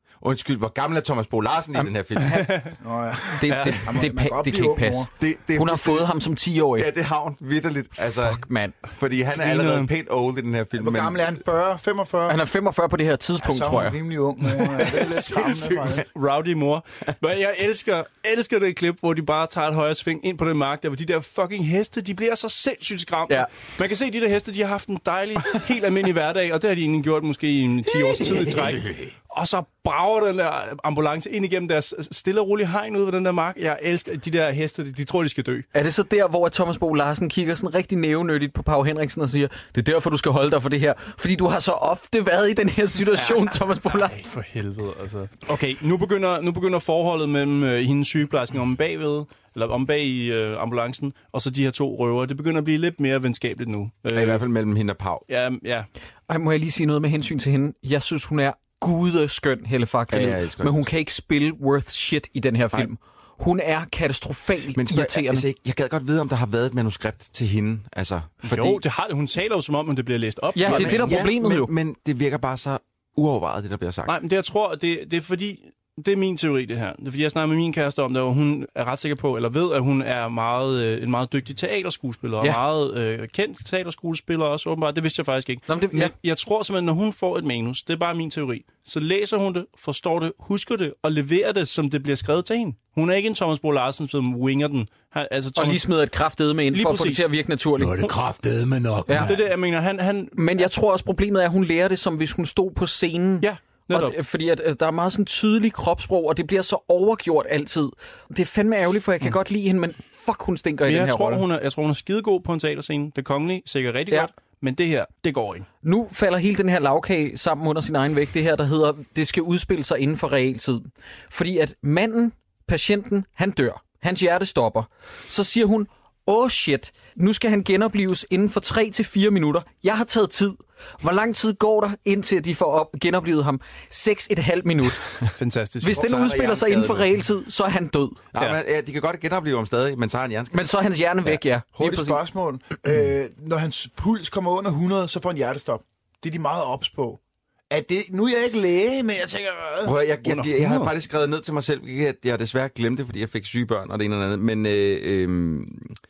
Undskyld, hvor gammel er Thomas Bo Larsen i den her film? Nå, ja. Det, det, det, det, det, det kan ikke passe. Det, det hun har fået ham som ti-årig. Ja, det har hun vitterligt. Altså, Fuck, mand. Fordi han er allerede pænt old i den her film. Hvor gammel er han? fyrre? femogfyrre? Han er femogfyrre på det her tidspunkt, altså, tror jeg. Han er rimelig ung mor. Ja, det er lidt skræmmende, Rowdy mor. Men jeg elsker, elsker det klip, hvor de bare tager et højre sving ind på den mark, der hvor de der fucking heste, de bliver så sindssygt skræmt. Ja. Man kan se, at de der heste, de har haft en dejlig, helt almindelig hverdag, og det har de egentlig gjort måske i en ti års tid i træk. Og så brager den der ambulance ind igennem deres stille og rolige hegn ud ved den der mark. Jeg elsker de der heste, de, de tror, de skal dø. Er det så der, hvor Thomas Bo Larsen kigger sådan rigtig nævenyttigt på Pau Henriksen og siger, det er derfor, du skal holde dig for det her? Fordi du har så ofte været i den her situation, ja, Thomas Bo Larsen. Nej, for helvede, altså. Okay, nu begynder, nu begynder forholdet mellem øh, hendes sygeplejersken om bagved, eller om bag i øh, ambulancen, og så de her to røver. Det begynder at blive lidt mere venskabeligt nu. Øh, I hvert fald mellem hende og Pau. Ja, ja. Ej, må jeg lige sige noget med hensyn til hende? Jeg synes, hun er gudeskøn, Helle Fagrelid, ja, men hun kan ikke spille worth shit i den her film. Nej. Hun er katastrofalt men irriterende. Altså, jeg gad godt vide, om der har været et manuskript til hende. Altså, fordi... Jo, det har det. Hun taler jo som om, at det bliver læst op. Ja, det er det, der er problemet ja, men, jo. Men det virker bare så uovervejet, det der bliver sagt. Nej, men det jeg tror, det, det er fordi... Det er min teori, det her. Det er fordi, jeg snakker med min kæreste om det, og hun er ret sikker på, eller ved, at hun er meget, øh, en meget dygtig teaterskuespiller, ja. og meget øh, kendt teaterskuespiller også, åbenbart. Det vidste jeg faktisk ikke. Nå, det, ja. Men jeg tror simpelthen, når hun får et manus, det er bare min teori, så læser hun det, forstår det, husker det, og leverer det, som det bliver skrevet til hende. Hun er ikke en Thomas Bo Larsen, som winger den. Han, altså, Thomas... Og lige smider et kraftedeme ind, for at få det til at virke naturligt. Nå, det er kraftedeme nok. Ja. Det er det, jeg mener. Han, han... Men jeg tror også, problemet er, at hun lærer det, som hvis hun stod på scenen. Ja. Og det, fordi at, at der er meget sådan tydelig kropssprog, og det bliver så overgjort altid. Det er fandme ærgerligt, for jeg kan mm. godt lide hende, men fuck, hun stinker men i den her tror, rolle. Hun er, jeg tror, hun er skidegod på en teaterscene. Det kongelige sikkert rigtig ja. godt, men det her, det går ikke. Nu falder hele den her lavkage sammen under sin egen vægt. Det her, der hedder, det skal udspille sig inden for realtid. Fordi at manden, patienten, han dør. Hans hjerte stopper. Så siger hun, åh oh shit, nu skal han genopleves inden for tre til fire minutter. Jeg har taget tid. Hvor lang tid går der, indtil de får op, genoplevet ham? Seks et halvt minut. Fantastisk. Hvis den udspiller sig inden for realtid, så er han død. Ja. Ja, men, ja, de kan godt genopleve ham stadig, men så har han hjerneskade. Men så er hans hjerne væk, ja. ja. Hurtigt spørgsmål. øh, når hans puls kommer under hundrede, så får han hjertestop. Det er de meget ops på. Er det, nu er jeg ikke læge, men jeg tænker... Øh. Prøv, jeg, jeg, jeg, jeg har faktisk skrevet ned til mig selv, at jeg desværre glemte, fordi jeg fik syge børn og det ene eller andet. Men... Øh, øh,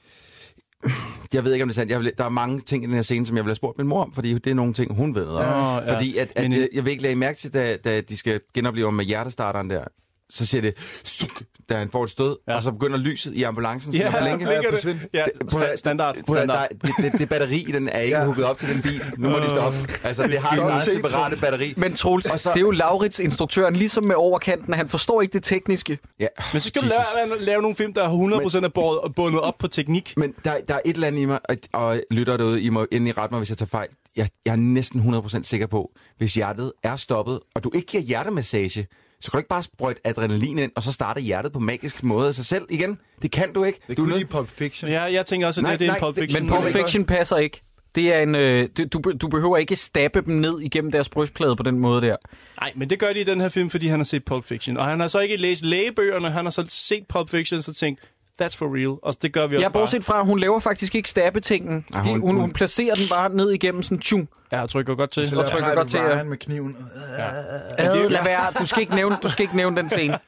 jeg ved ikke, om det er sandt. Jeg vil, der er mange ting i den her scene, som jeg vil have spurgt min mor om, fordi det er nogle ting, hun ved. Oh, ja. Fordi at, at, Men, jeg vil ikke lade mærke til, da, da de skal genopleve med hjertestarteren der, så siger det, suk, da han får et stød, ja. og så begynder lyset i ambulancen. Ja, så blinker det. Ja, standard. standard. Der, det, det, det batteri, den er ikke ja. hugget op til den bil. Nu må de stoppe. Altså, det har sådan en separate batteri. Men Troels, så, det er jo Laurits instruktøren, ligesom med overkanten, han forstår ikke det tekniske. Ja. Men så skal Jesus. du lave, lave nogle film, der er hundrede procent er bundet op på teknik. Men der, der er et eller andet i mig, og, og lytter derude, I må endelig rette mig, hvis jeg tager fejl. Jeg, jeg er næsten hundrede procent sikker på, hvis hjertet er stoppet, og du ikke giver hjertemassage, så kan du ikke bare sprøjte adrenalin ind, og så starte hjertet på magisk måde af sig selv igen. Det kan du ikke. Det du kunne lige Pulp Fiction. Ja, jeg tænker også, at nej, det, det er nej, en Pulp Fiction. Men Pulp Fiction passer ikke. Det er en, øh, du, du behøver ikke stabbe dem ned igennem deres brystplade på den måde der. Nej, men det gør de i den her film, fordi han har set Pulp Fiction. Og han har så ikke læst lægebøgerne, han har så set Pulp Fiction, så tænkt, that's for real. Og det gør vi også. Ja, bortset fra, hun laver faktisk ikke stabbe-tingen. Ja, hun, hun, hun placerer den bare ned igennem sådan tjung. Ja, jeg trykker godt til. Så og trykker godt til. Ja. med kniven. Ja. Ad, lad være. Du skal ikke nævne, du skal ikke nævne den scene.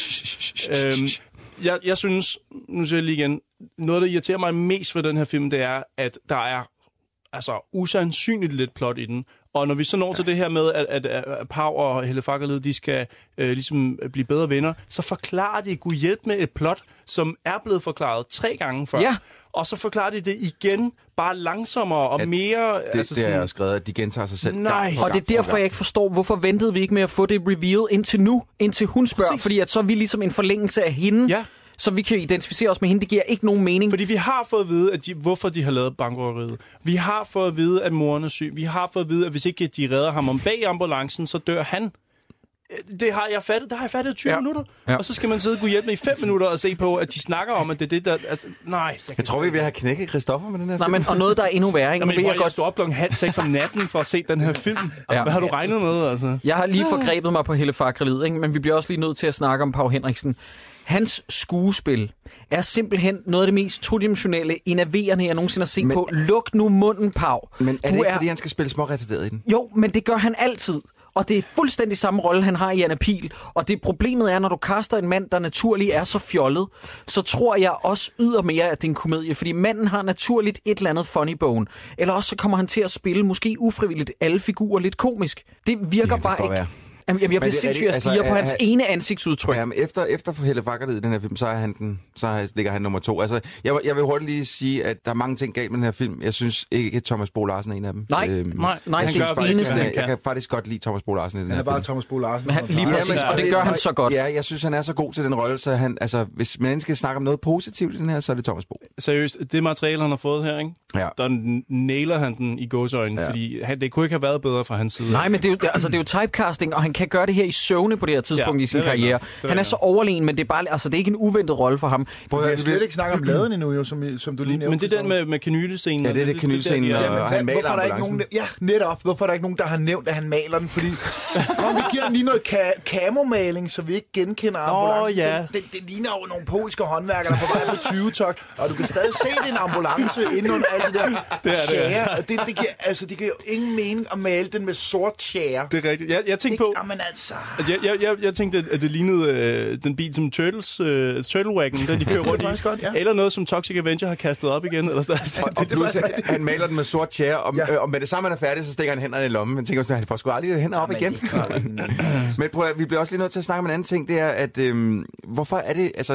øhm, jeg, jeg synes, nu siger jeg lige igen, noget, der irriterer mig mest ved den her film, det er, at der er altså usandsynligt lidt plot i den. Og når vi så når ja. til det her med, at, at, at Pau og Helle Fagrelid, de skal øh, ligesom blive bedre venner, så forklarer de Gud hjælp med et plot, som er blevet forklaret tre gange før. Ja. Og så forklarer de det igen, bare langsommere og at mere... Det, altså det sådan, er jo skrevet, at de gentager sig selv. Nej. Og det er derfor, jeg ikke forstår, hvorfor ventede vi ikke med at få det reveal indtil nu, indtil hun spørger. Præcis. Fordi at så er vi ligesom en forlængelse af hende. Ja. Så vi kan identificere os med hende. Det giver ikke nogen mening. Fordi vi har fået at vide, at de, hvorfor de har lavet bankrøveriet. Vi har fået at vide, at moren er syg. Vi har fået at vide, at hvis ikke de redder ham om bag ambulancen, så dør han. Det har jeg fattet. Det har jeg fattet tyve ja. minutter. Ja. Og så skal man sidde og gå hjem i fem minutter og se på, at de snakker om, at det er det, der... Altså, nej. Jeg, jeg tror, vi er ved at have knækket Christoffer med den her nej, film. Men, og noget, der er endnu værre. Ikke? Nå, men, jeg, jeg stod op klokken halv seks om natten for at se den her film. Ja. Hvad har du regnet med, altså? Jeg har lige forgrebet mig på Helle Fagrelid, ikke? Men vi bliver også lige nødt til at snakke om Pau Henriksen. Hans skuespil er simpelthen noget af det mest todimensionelle, enerverende, jeg nogensinde har set men, på. Luk nu munden, Pau. Men er du det ikke, er... fordi han skal spille småretarderet i den? Jo, men det gør han altid. Og det er fuldstændig samme rolle, han har i Anna Pihl. Og det problemet er, når du kaster en mand, der naturligt er så fjollet, så tror jeg også ydermere, at det er en komedie. Fordi manden har naturligt et eller andet funny bone. Eller også så kommer han til at spille, måske ufrivilligt, alle figurer lidt komisk. Det virker ja, bare ikke... Være. Jamen, jeg bliver sindssygt at stige altså, på hans er, ene ansigtsudtryk. Jamen, efter, efter Helle Fakkerlid i den her film, så, er han den, så ligger han nummer to. Altså, jeg, jeg vil hurtigt lige sige, at der er mange ting galt med den her film. Jeg synes ikke, at Thomas Bo Larsen er en af dem. Nej, øhm, nej, nej det er det eneste. Jeg, jeg kan faktisk godt lide Thomas Bo Larsen i den han her film. Han er bare Thomas Bo Larsen. Han, lige præcis, ja, men, og det gør han så godt. Ja, jeg synes, han er så god til den rolle, så han, altså, hvis man skal snakke om noget positivt i den her, så er det Thomas Bo. Seriøst, det materiale, han har fået her, ikke? Ja. Der nailer han den i gåseøjne, ja. Fordi han, det kunne ikke have været bedre fra hans side. Nej, men det er, jo, altså, det er jo typecasting, og han kan gøre det her i søvne på det her tidspunkt ja, i sin karriere. Han er så overlegen, men det er bare, altså det er ikke en uventet rolle for ham. Prøv, jeg slet ikke snakke om laden endnu, jo, som, som du lige nævnte. Men det er den med, med kanylescenen. Ja, det er det kanylescenen, ja, og, og han maler hvorfor er der ikke nogen, ja, netop. Hvorfor er der ikke nogen, der har nævnt, at han maler den? Fordi, kom, vi giver lige noget ka- kamomaling, så vi ikke genkender ambulancen. Oh, ja. den, den, det ligner jo nogle polske håndværkere, der er på vej på tyve-togt, og du kan stadig se, det er en ambulance inden under alle de der det er tjære. Det, det, det, giver, altså, det giver jo ingen mening at male den med sort tjære. Det er rigtigt. Jeg, jeg tænkte på... Jamen altså... Jeg, jeg, jeg, jeg tænkte, at det lignede øh, den bil som Turtles, øh, Turtle Wagon, den de kører rundt i. Godt, ja. Eller noget, som Toxic Avenger har kastet op igen. Eller sådan. Og, og plus, han maler den med sort tjære, og, ja. øh, og med det samme, han er færdig, så stikker han hænderne i lommen. Men tænker, at han får sgu aldrig hænder op igen. Men prøv at, vi bliver også lige nødt til at snakke om en anden ting. Det er, at øh, hvorfor er det... Altså,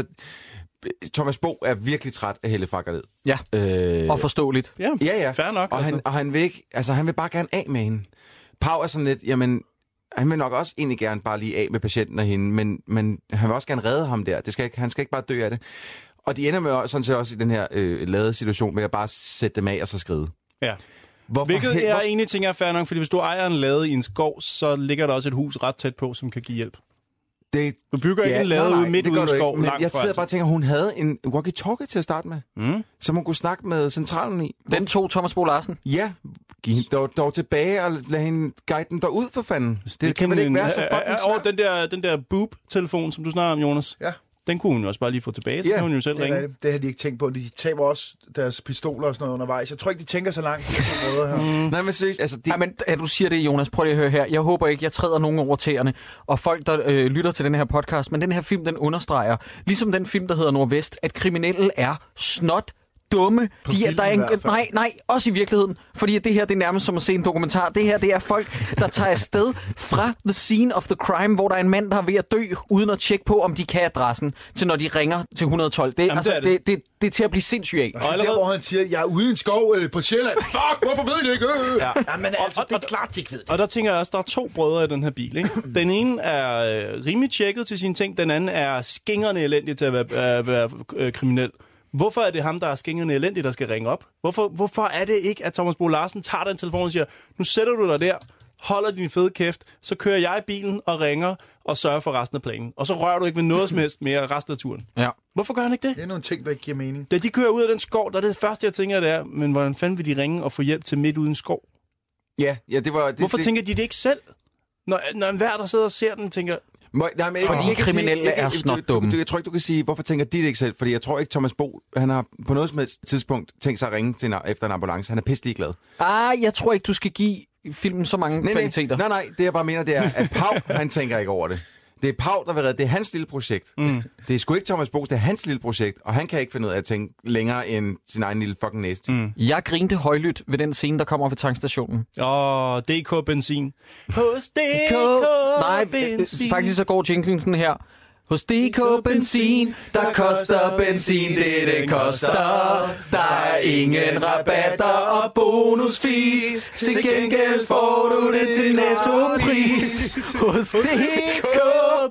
Thomas Bo er virkelig træt af Helle Fakkerlid. Ja, øh, og forståeligt. Ja, ja, ja. Fair nok. Og, altså. han, og han vil ikke... Altså, han vil bare gerne af med hende. Pau er sådan lidt, jamen... Han vil nok også egentlig gerne bare lige af med patienten og hende, men, men han vil også gerne redde ham der. Det skal ikke, han skal ikke bare dø af det. Og de ender med sådan set også i den her øh, lade situation med at bare sætte dem af og så skride. Ja. Hvorfor Hvilket he- jeg hvor... egentlig tænker er fair nok, fordi hvis du ejer en lade i en skov, så ligger der også et hus ret tæt på, som kan give hjælp. Det... Du bygger ikke ja, en lade nej, ude midt ude i en skov. Men langt jeg sidder fra, bare og tænker, hun havde en walkie-talkie til at starte med, mm. som hun kunne snakke med centralen i. Den tog Thomas Bo Larsen. Ja, giv hende dog, dog tilbage og lad hende guide den derud for fanden. Det, det kan vel ikke være så fucking svært. Og den der, den der boop-telefon, som du snakker om, Jonas. Ja. Den kunne hun jo også bare lige få tilbage, så ja, kan hun jo selv det ringe. Det. det har de ikke tænkt på. De taber også deres pistoler og sådan noget undervejs. Jeg tror ikke, de tænker så langt. Her. Mm. Nej, men seriøst, altså... De... Ja, men ja, du siger det, Jonas. Prøv lige at høre her. Jeg håber ikke, jeg træder nogen over tæerne. Og folk, der øh, lytter til den her podcast, men den her film, den understreger, ligesom den film, der hedder Nordvest, at kriminelle er snot dumme. De er, der er en, nej, nej, også i virkeligheden. Fordi det her, det er nærmest som at se en dokumentar. Det her, det er folk, der tager afsted fra the scene of the crime, hvor der er en mand, der er ved at dø, uden at tjekke på, om de kan adressen, til når de ringer til et et to. Det, Jamen, altså, det, er det. Det, det, det er til at blive sindssygt af. Og der, hvor han siger, jeg er ude i en skov øh, på Sjælland. Fuck, hvorfor ved I det ikke? Øh. Ja. Ja, men altså, det er klart, de ikke ved det. Og der tænker jeg også, der er to brødre i den her bil. Ikke? Den ene er øh, rimelig tjekket til sine ting, den anden er skingerne elendig til at være, øh, være øh, kriminel. Hvorfor er det ham, der er skingerne elendig, der skal ringe op? Hvorfor, hvorfor er det ikke, at Thomas Bo Larsen tager den telefon og siger, nu sætter du dig der, holder din fede kæft, så kører jeg i bilen og ringer og sørger for resten af planen. Og så rører du ikke ved noget som helst mere resten af turen. Ja. Hvorfor gør han ikke det? Det er nogle ting, der ikke giver mening. Da de kører ud af den skov, der er det første, jeg tænker, det er, men hvordan fanden vil de ringe og få hjælp til midt uden skov? Ja, ja, det var... Det, Hvorfor det... tænker de det ikke selv? Når, når enhver, der sidder og ser den, tænker... Må, nej, men fordi ikke, kriminelle ikke, er snot dumme. Du, du, jeg tror ikke, du kan sige, hvorfor tænker de det ikke selv? Fordi jeg tror ikke, Thomas Bo, han har på noget som helst tidspunkt tænkt sig at ringe til en, efter en ambulance. Han er pisselig glad. Ah, jeg tror ikke, du skal give filmen så mange nej, kvaliteter. Nej, nej, det jeg bare mener, det er, at Pau, han tænker ikke over det. Det er Pau, der vil redde. Det er hans lille projekt. Mm. Det er sgu ikke Thomas Bo, det er hans lille projekt. Og han kan ikke finde ud af at tænke længere end sin egen lille fucking næste. Mm. Jeg grinte højlydt ved den scene, der kommer ved tankstationen. Åh, oh, D K Benzin. Hos D K Nej, Benzin. faktisk så går jinglen sådan her. Hos D K Benzin, der koster benzin det, det koster. Der er ingen rabatter og bonusfis. Til gengæld får du det til nettopris. Hos D K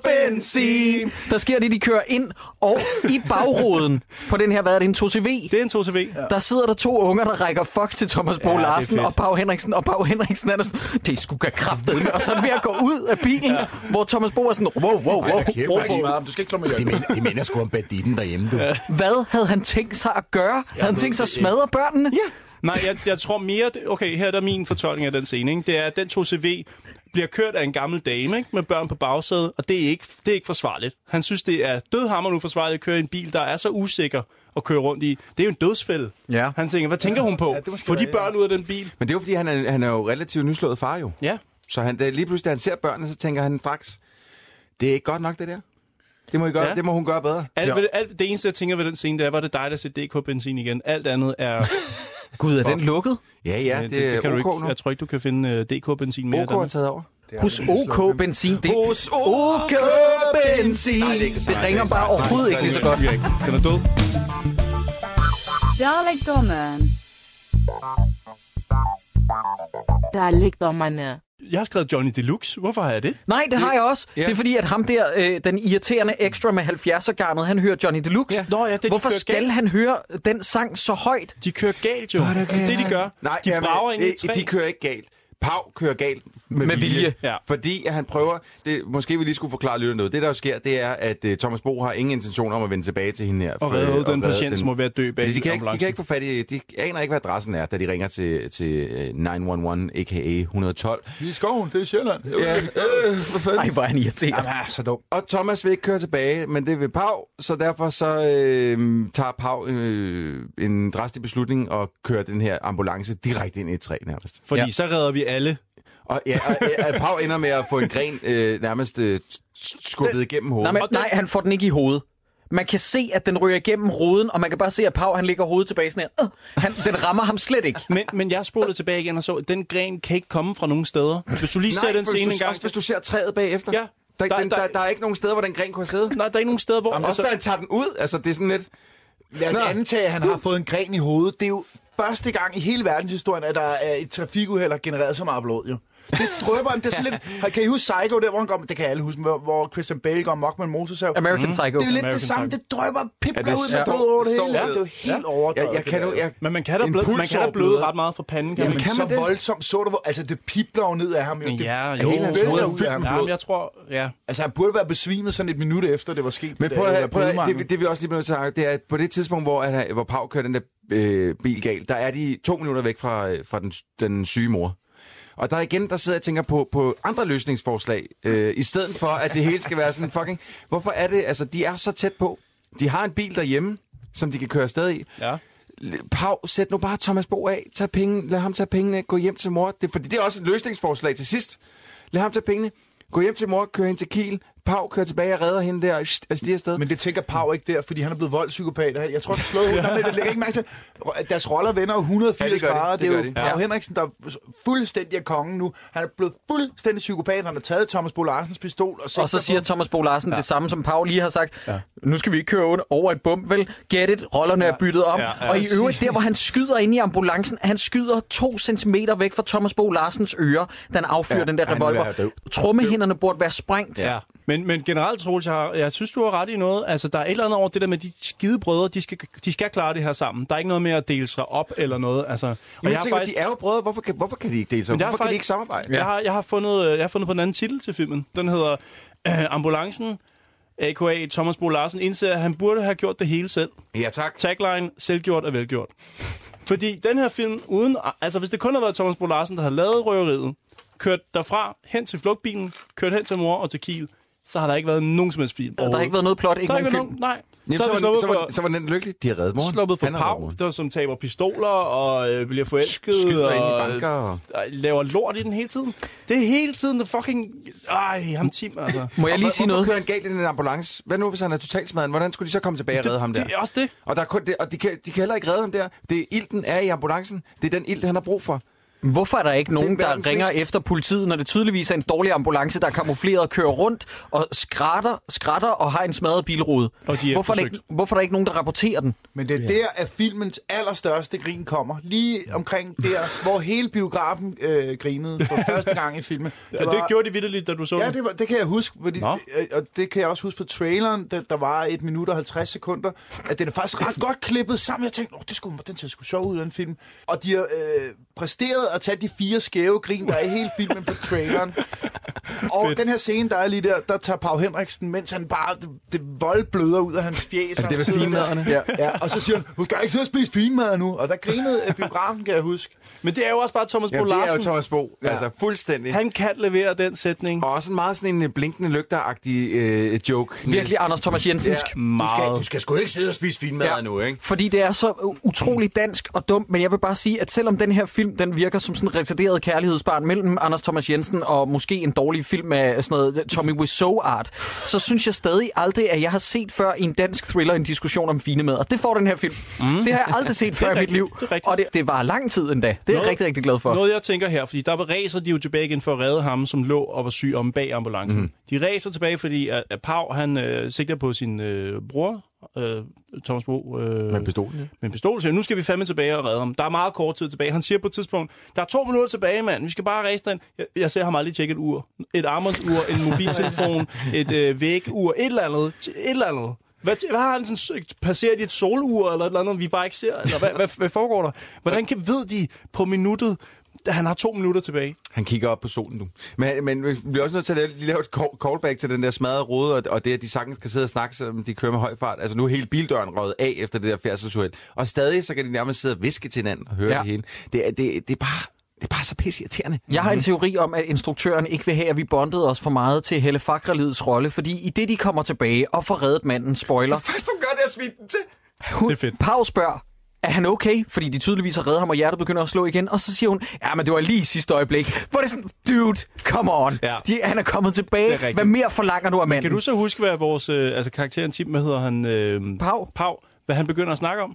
Benzin. Der sker det, de kører ind, og i bagruden på den her, hvad er det, en to C V? Det er en to C V. Ja. Der sidder der to unger, der rækker fuck til Thomas Bo ja, Larsen og Pau Henriksen, og Pau Henriksen er sådan, det er sgu kraftedeme, og så er han ved at gå ud af bilen, ja. Hvor Thomas Bo er sådan, wow, wow, wow. Ej, kæft, wow, wow. Du skal ikke klomme det, mener, det minder sgu om banditten derhjemme, du. Ja. Hvad havde han tænkt sig at gøre? Havde han tænkt sig at smadre børnene? Ja. Nej, jeg, jeg tror mere... Okay, her er der min fortolkning af den scene. Ikke? Det er, at den to C V bliver kørt af en gammel dame, ikke? Med børn på bagsædet, og det er, ikke, det er ikke forsvarligt. Han synes, det er dødhammerende uforsvarligt at køre i en bil, der er så usikker at køre rundt i. Det er jo en dødsfælde. Ja. Han tænker, hvad tænker ja, hun på? Ja, få de børn ud af den bil. Men det er jo, fordi han er, han er jo relativt nyslået far, jo. Ja. Så han, da lige pludselig, da han ser børnene, så tænker han faktisk, det er ikke godt nok, det der. Det må, I gøre, ja. det må hun gøre bedre. Alt, ja. alt, det eneste, jeg tænker ved den scene, det er, var det dig, der sætter D K-benzin igen. Alt andet er... Gud, er den lukket? Ja, ja, det, det, det kan du ikke, ikke. Jeg tror ikke, du kan finde uh, D K-benzin mere. O K er taget over. Hos O K Benzin. Det... Hos O K Benzin. Nej, det, det ringer bare overhovedet ikke lige så godt. Den er død. Dalekdommeren. Dalekdommerne. Jeg har skrevet Johnny Deluxe. Hvorfor har jeg det? Nej, det, det har jeg også. Ja. Det er fordi, at ham der, øh, den irriterende ekstra med halvfjerdser-garnet, han hører Johnny Deluxe. Ja. Nå, ja, det, de Hvorfor skal galt. han høre den sang så højt? De kører galt jo. Det er det, de gør. Nej, de jamen, brager ind i de, de kører ikke galt. Pau kører galt med, med vilje, vilje. Ja. Fordi at han prøver, det, måske vi lige skulle forklare lytterne noget, det der jo sker, det er, at uh, Thomas Bo har ingen intention om at vende tilbage til hende her. Og redde den patient, som må være død bag de kan, ikke, de kan ikke få fat i, de aner ikke, hvad adressen er, da de ringer til, til ni et et, a k a. et hundrede og tolv. Vi er i skoven, det er Sjælland. Ja, øh, hvad fanden? Ej, hvor er han irriterende. Jamen, så dum. Og Thomas vil ikke køre tilbage, men det vil Pau, så derfor så øh, tager Pau øh, en drastisk beslutning og kører den her ambulance direkte ind i et træ nærmest. Fordi ja. så redder vi alle. Og ja, og, og Pau ender med at få en gren øh, nærmest øh, skubbet den, igennem hovedet. Nej, men, nej, han får den ikke i hovedet. Man kan se, at den ryger igennem roden, og man kan bare se, at Pau, han ligger hovedet tilbage sådan her. Øh, han, den rammer ham slet ikke. Men, men jeg spolede tilbage igen og så, at den gren kan ikke komme fra nogen steder. Hvis du lige nej, ser den scene en gang... Også hvis du ser træet bagefter. Ja. Der, der, den, der, der, der er ikke nogen steder, hvor den gren kunne have siddet. Nej, der er ikke nogen steder, hvor... Jamen, også da han tager den ud, altså det er sådan lidt... Lad os antage, at han har fået en gren i hovedet. Det er jo første gang i hele verdenshistorien, at der er et trafikuheld, der genereret så meget blod, jo. Det drøber han. Det er sådan lidt... Kan I huske Psycho, der hvor han går... Det kan alle huske, hvor, hvor Christian Bale går mok med en motorsav. American Psycho. Det er jo lidt American det samme. Psycho. Det drøber pipler ja, ud med blod over det hele. Ja. Det er jo helt ja. overdrevet. Jeg, jeg kan nu, jeg, men man kan da bløde, man kan da bløde ret meget fra panden. Kan ja, man men kan så man det? voldsomt. Så du, hvor, altså det pibler jo ned af ham. Jo. Det, ja, det, jo. Hele jo, jo, ud af ham. Ja, men jeg tror... Ja. Altså han burde være besvimet sådan et minut efter, det var sket. Men prøv at, prøv at, det, det vi også lige bliver nødt til at det er, at på det tidspunkt, hvor, at, hvor Pau kører den der øh, bil galt, der er de to minutter væk fra, fra den, den syge mor. Og der igen, der sidder jeg og tænker på, på andre løsningsforslag, øh, i stedet for, at det hele skal være sådan fucking... Hvorfor er det... Altså, de er så tæt på. De har en bil derhjemme, som de kan køre afsted i. Ja. Pau, sæt nu bare Thomas Bo af. Tag penge, lad ham tage pengene, gå hjem til mor. Det, fordi det er også et løsningsforslag til sidst. Lad ham tage pengene, gå hjem til mor, køre hende til Kiel. Pau kører tilbage og redder hende der og stiger afsted. Men det tænker Pau ikke der, fordi han er blevet voldspsykopat. Jeg tror, det slår ud. Han lægger ikke mærke til. Deres roller vender et hundrede og firs ja, grader. Det, det, det er jo de. Pau ja. Henriksen, der er fuldstændig af kongen nu. Han er blevet fuldstændig psykopat. Han har taget Thomas Bo Larsens pistol. Og, og så siger Thomas Bo Larsen ja. det samme, som Pau lige har sagt. Ja. Nu skal vi ikke køre over et bump, vel? Get it. Rollerne ja. er byttet om. Ja, ja. Og i øvrigt, der hvor han skyder ind i ambulancen, han skyder to centimeter væk fra Thomas Bo Larsens øre, da han affyrer ja. den der revolver. Trommehænderne burde være sprængt. Ja. Men, men generelt, Troels, jeg, jeg synes, du har ret i noget. Altså, der er et eller andet over det der med de skide brødre, de skal, de skal klare det her sammen. Der er ikke noget med at dele sig op eller noget. Altså, og jeg, jeg tænker, faktisk... de er jo brødre. Hvorfor kan, hvorfor kan de ikke dele sig op? Hvorfor faktisk... kan de ikke samarbejde? Jeg har, jeg, har fundet, jeg har fundet på en anden titel til filmen. Den hedder øh, Ambulancen, a k a. Thomas Bo Larsen, indser, at han burde have gjort det hele selv. Ja, tak. Tagline, selvgjort og velgjort. Fordi den her film, uden, altså hvis det kun havde været Thomas Bo Larsen, der havde lavet røveriet, kørt derfra hen til flugtbilen, kørt hen til mor og til Kiel, så har der ikke været nogen som helst film. Der har ikke været noget plot, ikke nogen film. Nogen, nej. Jamen, så, så, var, så, var, for, så var den lykkelig. De har reddet moren. Sluppet for Pau, der som taber pistoler og øh, bliver forelsket. Skyder og, ind i banker. Og... og laver lort i den hele tiden. Det er hele tiden, the fucking... Ej, ham Tim, altså. Må jeg lige sige noget? Hvorfor kører han galt i den ambulance? Hvad nu, hvis han er totalt smadret? Hvordan skulle de så komme tilbage og redde ham der? Det er også det. Og, der er kun det, og de, kan, de kan heller ikke redde ham der. Det er ilten er i ambulancen. Det er den ilt, han har brug for. Hvorfor er der ikke nogen, der ringer efter politiet, når det tydeligvis er en dårlig ambulance, der er kamufleret og kører rundt og skrætter, skrætter og har en smadret bilrude? Hvorfor er, der ikke, hvorfor er der ikke nogen, der rapporterer den? Men det er der, at filmens allerstørste grin kommer. Lige omkring der, hvor hele biografen øh, grinede for første gang i filmen. Det, var, det gjorde de vitterligt, da du så Ja, det, var, det kan jeg huske. Fordi, og det kan jeg også huske fra traileren, der, der var et minut og halvtreds sekunder, at den er faktisk ret godt klippet sammen. Jeg tænkte, oh, det skulle, den ser sgu sjov ud, den film. Og de har øh, præsteret at tage de fire skæve grin, der er i hele filmen på traileren. Og den her scene, der er lige der, der tager Paul Henriksen, mens han bare, det, det voldbløder ud af hans fjes. Er det det med finmaderne? Ja. ja. Og så siger han, du skal ikke sidde og spise finmad nu. Og der grinede biografen, kan jeg huske. Men det er jo også bare Thomas Bo Larsen. det er jo Thomas Bo, ja. Altså fuldstændig. Han kan levere den sætning. Og også en meget sådan en blinkende lygter-agtig øh, joke. Virkelig Anders Thomas Jensensk. Ja, du, skal, du skal sgu ikke sidde og spise finmad ja. nu, ikke? Fordi det er så utroligt dansk og dumt, men jeg vil bare sige, at selvom den her film, den virker som sådan en retarderet kærlighedsbarn mellem Anders Thomas Jensen og måske en dårlig film af sådan noget Tommy Wiseau-art, så synes jeg stadig aldrig, at jeg har set før i en dansk thriller en diskussion om fine mad. Og det får den her film. Mm. Det har jeg aldrig set før i mit liv. Det og det, det var lang tid endda. Det er noget, jeg rigtig, rigtig glad for. Noget, jeg tænker her, fordi der ræser de jo tilbage igen for at redde ham, som lå og var syg om bag ambulancen. Mm. De ræser tilbage, fordi at, at Pau, han øh, sigter på sin øh, bror, øh, Thomas Bo. Øh, med en pistol, ja. Med en pistol, så nu skal vi fandme tilbage og redde ham. Der er meget kort tid tilbage. Han siger på et tidspunkt, der er to minutter tilbage, mand. Vi skal bare ræse den. Jeg, jeg ser ham aldrig tjekke et ur. Et armbåndsur, en mobiltelefon, et øh, vægur, et eller andet. Et eller andet. Hvad, hvad har han sådan, passerer de et solur eller et eller andet, vi bare ikke ser? Eller hvad, hvad, hvad foregår der? Hvordan kan ved de på minuttet, at han har to minutter tilbage? Han kigger op på solen, du. Men, men vi bliver også nødt til at lave et callback til den der smadrede rode, og, og det, at de sagtens kan sidde og snakke, selvom de kører med høj fart. Altså nu er hele bildøren røget af efter det der færdselsuheld. Og stadig så kan de nærmest sidde og viske til hinanden og høre ja. det hele. Det, det, det er bare... Det er bare så pisseirriterende. Jeg har en teori om, at instruktøren ikke vil have, at vi bondede os for meget til Helle Fagralidets rolle, fordi i det, de kommer tilbage og får reddet manden, spoiler... Det første, hun gør, det er at svine den til. Hun, det er fedt. Pau spørger, er han okay? Fordi de tydeligvis har reddet ham, og hjertet begynder at slå igen. Og så siger hun, ja, men det var lige sidste øjeblik. Hvor er det sådan, dude, come on. Ja. De, han er kommet tilbage. Hvad mere forlanger du af manden? Kan du så huske, hvad vores øh, altså karakteren Tim, hvad hedder han? Øh, Pau. Pau. Hvad han begynder at snakke om?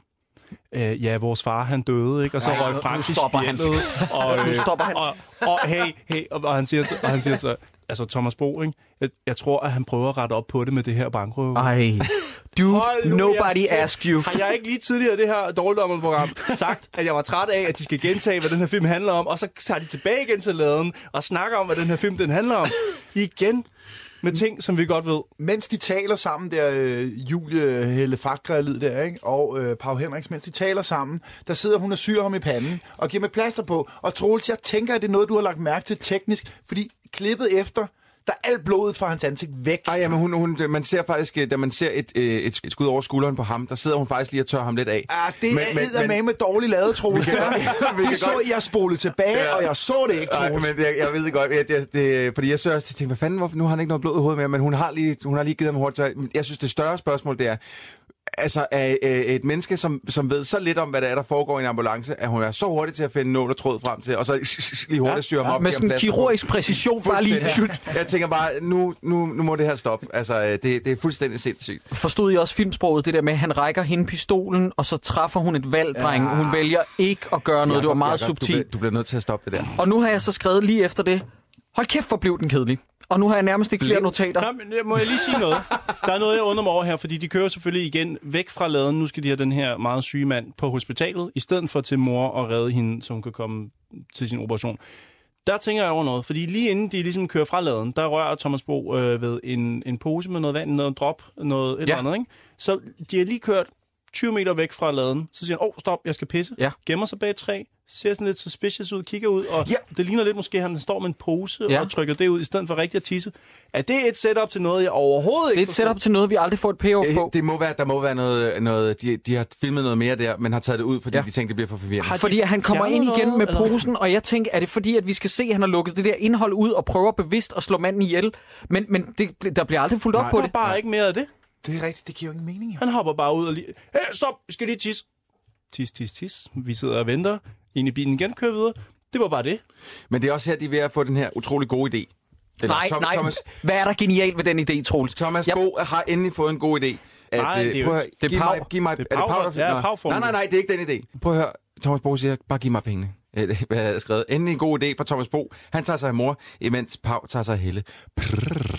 Uh, ja, vores far, han døde, ikke? Og så ja, røg Frank i spjældet. Og, øh, stopper han. Og, og, hey, hey, og, og, han siger så, og han siger så, altså Thomas Bo, ikke? Jeg, jeg tror, at han prøver at rette op på det med det her bankrøve. Ej, dude, Hold, nobody asked you. Har jeg ikke lige tidligere i det her dårligdommerprogram sagt, at jeg var træt af, at de skal gentage, hvad den her film handler om, og så tager de tilbage igen til laden og snakker om, hvad den her film den handler om. Igen. Med ting, som vi godt ved. Mens de taler sammen, der øh, Julie Helle Fagralid der, ikke? Og øh, Pau Henriksen, mens de taler sammen, der sidder hun og syr ham i panden og giver med plaster på. Og Troels, jeg tænker, at det er noget, du har lagt mærke til teknisk, fordi klippet efter, der er alt blodet fra hans ansigt væk. Ej, ja, men hun, hun, man ser faktisk, da man ser et, et, et skud over skulderen på ham, der sidder hun faktisk lige og tørrer ham lidt af. Ja, det men, er eddermame med dårligt lavet, Troels. Du så, godt... jeg spolede tilbage, ja. Og jeg så det ikke, Troels. Nej, men jeg, jeg ved det godt. Jeg, det, det, fordi jeg så også tænkte, hvad fanden, hvorfor nu har han ikke noget blod i hovedet mere, men hun har lige, hun har lige givet ham hårdt. Så jeg synes, det større spørgsmål, det er, altså er et menneske, som, som ved så lidt om, hvad der er, der foregår i en ambulance, at hun er så hurtig til at finde nål og tråd frem til, og så lige hurtigt ja, syre ham ja, op. Med sådan en kirurgisk præcision, bare lige. Ja. Jeg tænker bare, nu, nu, nu må det her stoppe. Altså, det, det er fuldstændig sindssygt. Forstod I også filmsproget, det der med, at han rækker hende pistolen, og så træffer hun et valg, dreng. Ja. Hun vælger ikke at gøre noget. Jacob, det var meget Jacob, subtilt. Du, du bliver nødt til at stoppe det der. Og nu har jeg så skrevet lige efter det, hold kæft, hvor blev den kedelig. Og nu har jeg nærmest ikke flere notater. Nej, men må jeg lige sige noget? Der er noget, jeg undrer mig over her, fordi de kører selvfølgelig igen væk fra laden. Nu skal de have den her meget syge mand på hospitalet, i stedet for til mor og redde hende, som kan komme til sin operation. Der tænker jeg over noget, fordi lige inden de ligesom kører fra laden, der rører Thomas Bo øh, ved en, en pose med noget vand, noget drop, noget et ja. eller andet, ikke? Så de har lige kørt tyve meter væk fra laden. Så siger han, åh, oh, stop, jeg skal pisse. Ja. Gemmer sig bag et træ, ser sådan lidt suspicious ud, kigger ud, og ja. det ligner lidt måske, at han står med en pose ja. og trykker det ud, i stedet for rigtig at tisse. Er det et setup til noget, jeg overhovedet ikke Det er et setup til noget, vi aldrig får et payoff på. Det må være, der må være noget, noget de, de har filmet noget mere der, men har taget det ud, fordi ja. de tænkte, det bliver for forvirrende. Fordi han kommer ind igen noget, med eller? posen, og jeg tænker, er det fordi, at vi skal se, at han har lukket det der indhold ud og prøver bevidst at slå manden ihjel? Men, men det, der bliver aldrig fuldt op Nej, på det. det. Der er bare ikke mere af det. Det er rigtigt, det giver jo ingen mening. Jo. Han hopper bare ud og lige... Hey, stop, vi skal lige tisse. Tis, tis, tis. Vi sidder og venter. Ind i bilen igen, kører videre. Det var bare det. Men det er også her, de er ved at få den her utrolig gode idé. Eller, nej, Tom, nej. Thomas, hvad er der genialt ved den idé, Troels? Thomas yep. Bo har endelig fået en god idé. At, nej, det er jo... Det er Pau. Giv mig... Det er Pau, der... ja, Pau nej, nej, nej, det er ikke den idé. Prøv at høre. Thomas Bo siger, bare giv mig pengene. Hvad jeg har skrevet. Endelig en god idé fra Thomas Bo. Han tager sig af mor, imens Pau tager sig af Helle. Prrr.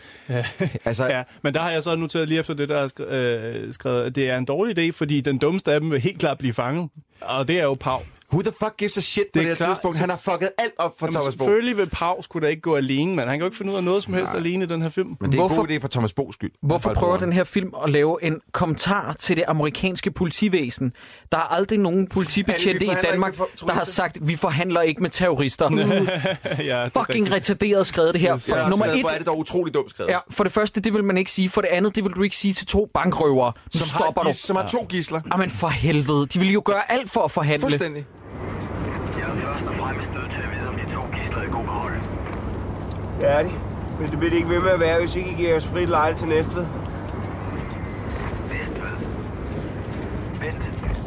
Ja. Altså, ja, men der har jeg så noteret lige efter det, der er skrevet, øh, skrevet, at det er en dårlig idé, fordi den dummeste af dem vil helt klart blive fanget. Og det er jo Pau. Who the fuck gives a shit på det, det her klar, tidspunkt? Han har fucket alt op for Thomas Bo. Selvfølgelig vil Pau skulle da ikke gå alene, men han kan jo ikke finde ud af noget som helst Nej. alene i den her film. Men det er Hvorfor? en god idé for Thomas Bo's skyld. Hvorfor prøver den her film at lave en kommentar til det amerikanske politivæsen? Der er aldrig nogen politibetjente i Danmark, der har sagt, vi forhandler ikke med terrorister. ja, fucking retarderet skrevet det her. For ja, nummer et, et, er det dog utroligt dumt skrevet. Ja, for det første, det vil man ikke sige. For det andet, det vil du ikke sige til to bankrøvere. Nu som stopper har, du. Gis, som har to gidsler. Jamen for helvede. De vil jo gøre alt for at forhandle. Fuldstændig. Jeg er først og fremmest nødt til at vide, om de to gidsler er i god behold. Det er de. Men det vil det ikke ved med at være, hvis ikke I giver os frit lejde til Næstved. Næstved? Vent.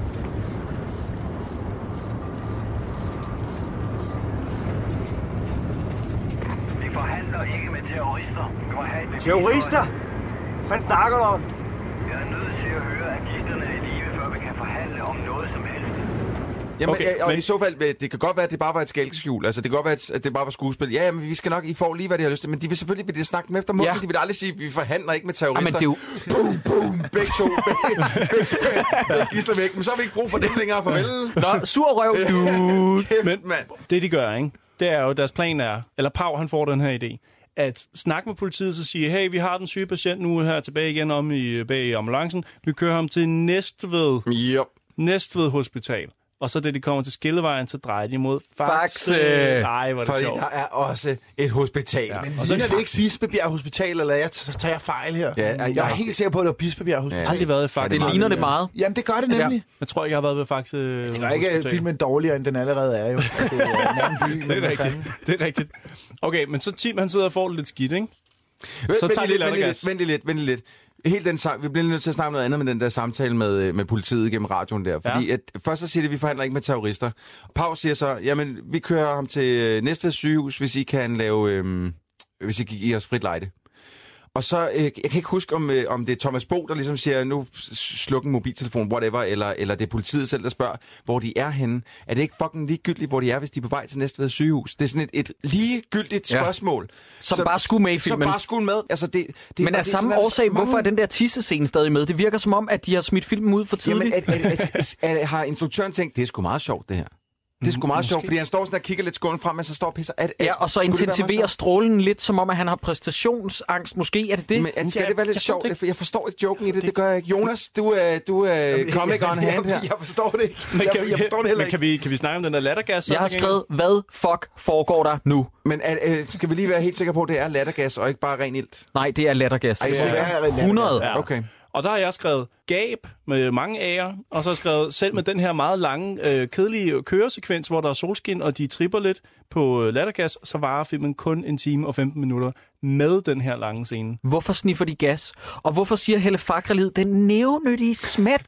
Vi forhandler ikke med terrorister. Vi må have et terrorister? Hvad fanden snakker du om? Jeg er nødt til at høre, at gislerne er i live, før vi kan forhandle om noget som helst. Jamen, okay, ja, og men... i så fald, det kan godt være, at det bare var et skælskjul. Altså, det kan godt være, at det bare var skuespil. Ja, men vi skal nok, I får lige, hvad de har lyst til. Men de vil selvfølgelig vil de snakke med efter munden. Ja. De vil aldrig sige, at vi forhandler ikke med terrorister. Ja, men det er jo... Boom, boom, begge to. Begge, begge, begge gidsler væk. Men så har vi ikke brug for dem længere. Farvel. Nå, sur røv, dude. Kæft, men mand. Det, de gør, ikke? Det er jo, deres plan er... Eller Pau, han får den her idé. At snakke med politiet, så sige, hey, vi har den syge patient nu her tilbage igen om i, bag i ambulancen. Vi kører ham til Næstved. Yep. Næstved Hospital. Og så da de kommer til Skillevejen, så drejer de mod Faxe. Ej, hvor er det Fordi sjovt. der er også et hospital. Ja. Men og så er det ikke Bispebjerg Hospital, eller jeg tager jeg fejl her. Ja, jeg, jeg er helt sikker på, at det er Bispebjerg Hospital. Jeg har aldrig været i Faxe. Det ligner det meget. Jamen, det gør det nemlig. Ja. Jeg tror ikke, jeg har været ved Faxe. Det gør ikke, at filmen dårligere, end den allerede er jo. Det er en anden by. Det er rigtigt. Det er rigtigt. Okay, men så Tim, han sidder og får det lidt skidt, ikke? Så tager de lidt, vent lidt, vent lidt. Helt den sang, vi bliver nødt til at snakke noget andet med den der samtale med, med politiet gennem radioen der. Fordi ja. at først så siger det, at vi forhandler ikke med terrorister. Pau siger så, jamen vi kører ham til Næstved sygehus, hvis I kan lave, øhm, hvis I kan give os frit lejde. Og så, øh, jeg kan ikke huske, om, øh, om det er Thomas Bo, der ligesom siger, nu sluk en mobiltelefon, whatever, eller, eller det er politiet selv, der spørger, hvor de er henne. Er det ikke fucking ligegyldigt, hvor de er, hvis de er på vej til Næstved sygehus? Det er sådan et, et ligegyldigt ja. spørgsmål. Som, som bare skulle med i filmen. Som bare skulle med. Altså, det, det, Men af samme årsag, mange... hvorfor er den der tissescene stadig med? Det virker som om, at de har smidt filmen ud for tidligt. Jamen, at, at, at, at, at, har instruktøren tænkt, det er sgu meget sjovt, det her. Det er sgu meget sjovt, fordi han står sådan og kigger lidt skålen frem, men så står og pisser. At, at, ja, og så intensiverer strålen lidt, som om at han har præstationsangst. Måske er det det? Men at, skal ja, det være lidt jeg sjovt? Det. Jeg forstår ikke joken i det, det gør jeg ikke. Jonas, du er, du er comic on hand her. Jeg forstår det ikke. Men kan, jeg, jeg forstår det heller ikke. Men kan vi, kan vi snakke om den der lattergas? Jeg har skrevet, hvad fuck foregår der nu? Men at, øh, skal vi lige være helt sikre på, at det er lattergas og ikke bare ren ilt? Nej, det er lattergas. Ej, det er hundrede. Ja. Okay. Og der har jeg skrevet gab med mange A'er, og så har jeg skrevet selv med den her meget lange, øh, kedelige køresekvens, hvor der er solskin, og de tripper lidt på øh, lattergas, så varer filmen kun en time og femten minutter med den her lange scene. Hvorfor sniffer de gas? Og hvorfor siger Helle Fagrelid, den nævnyttige smat?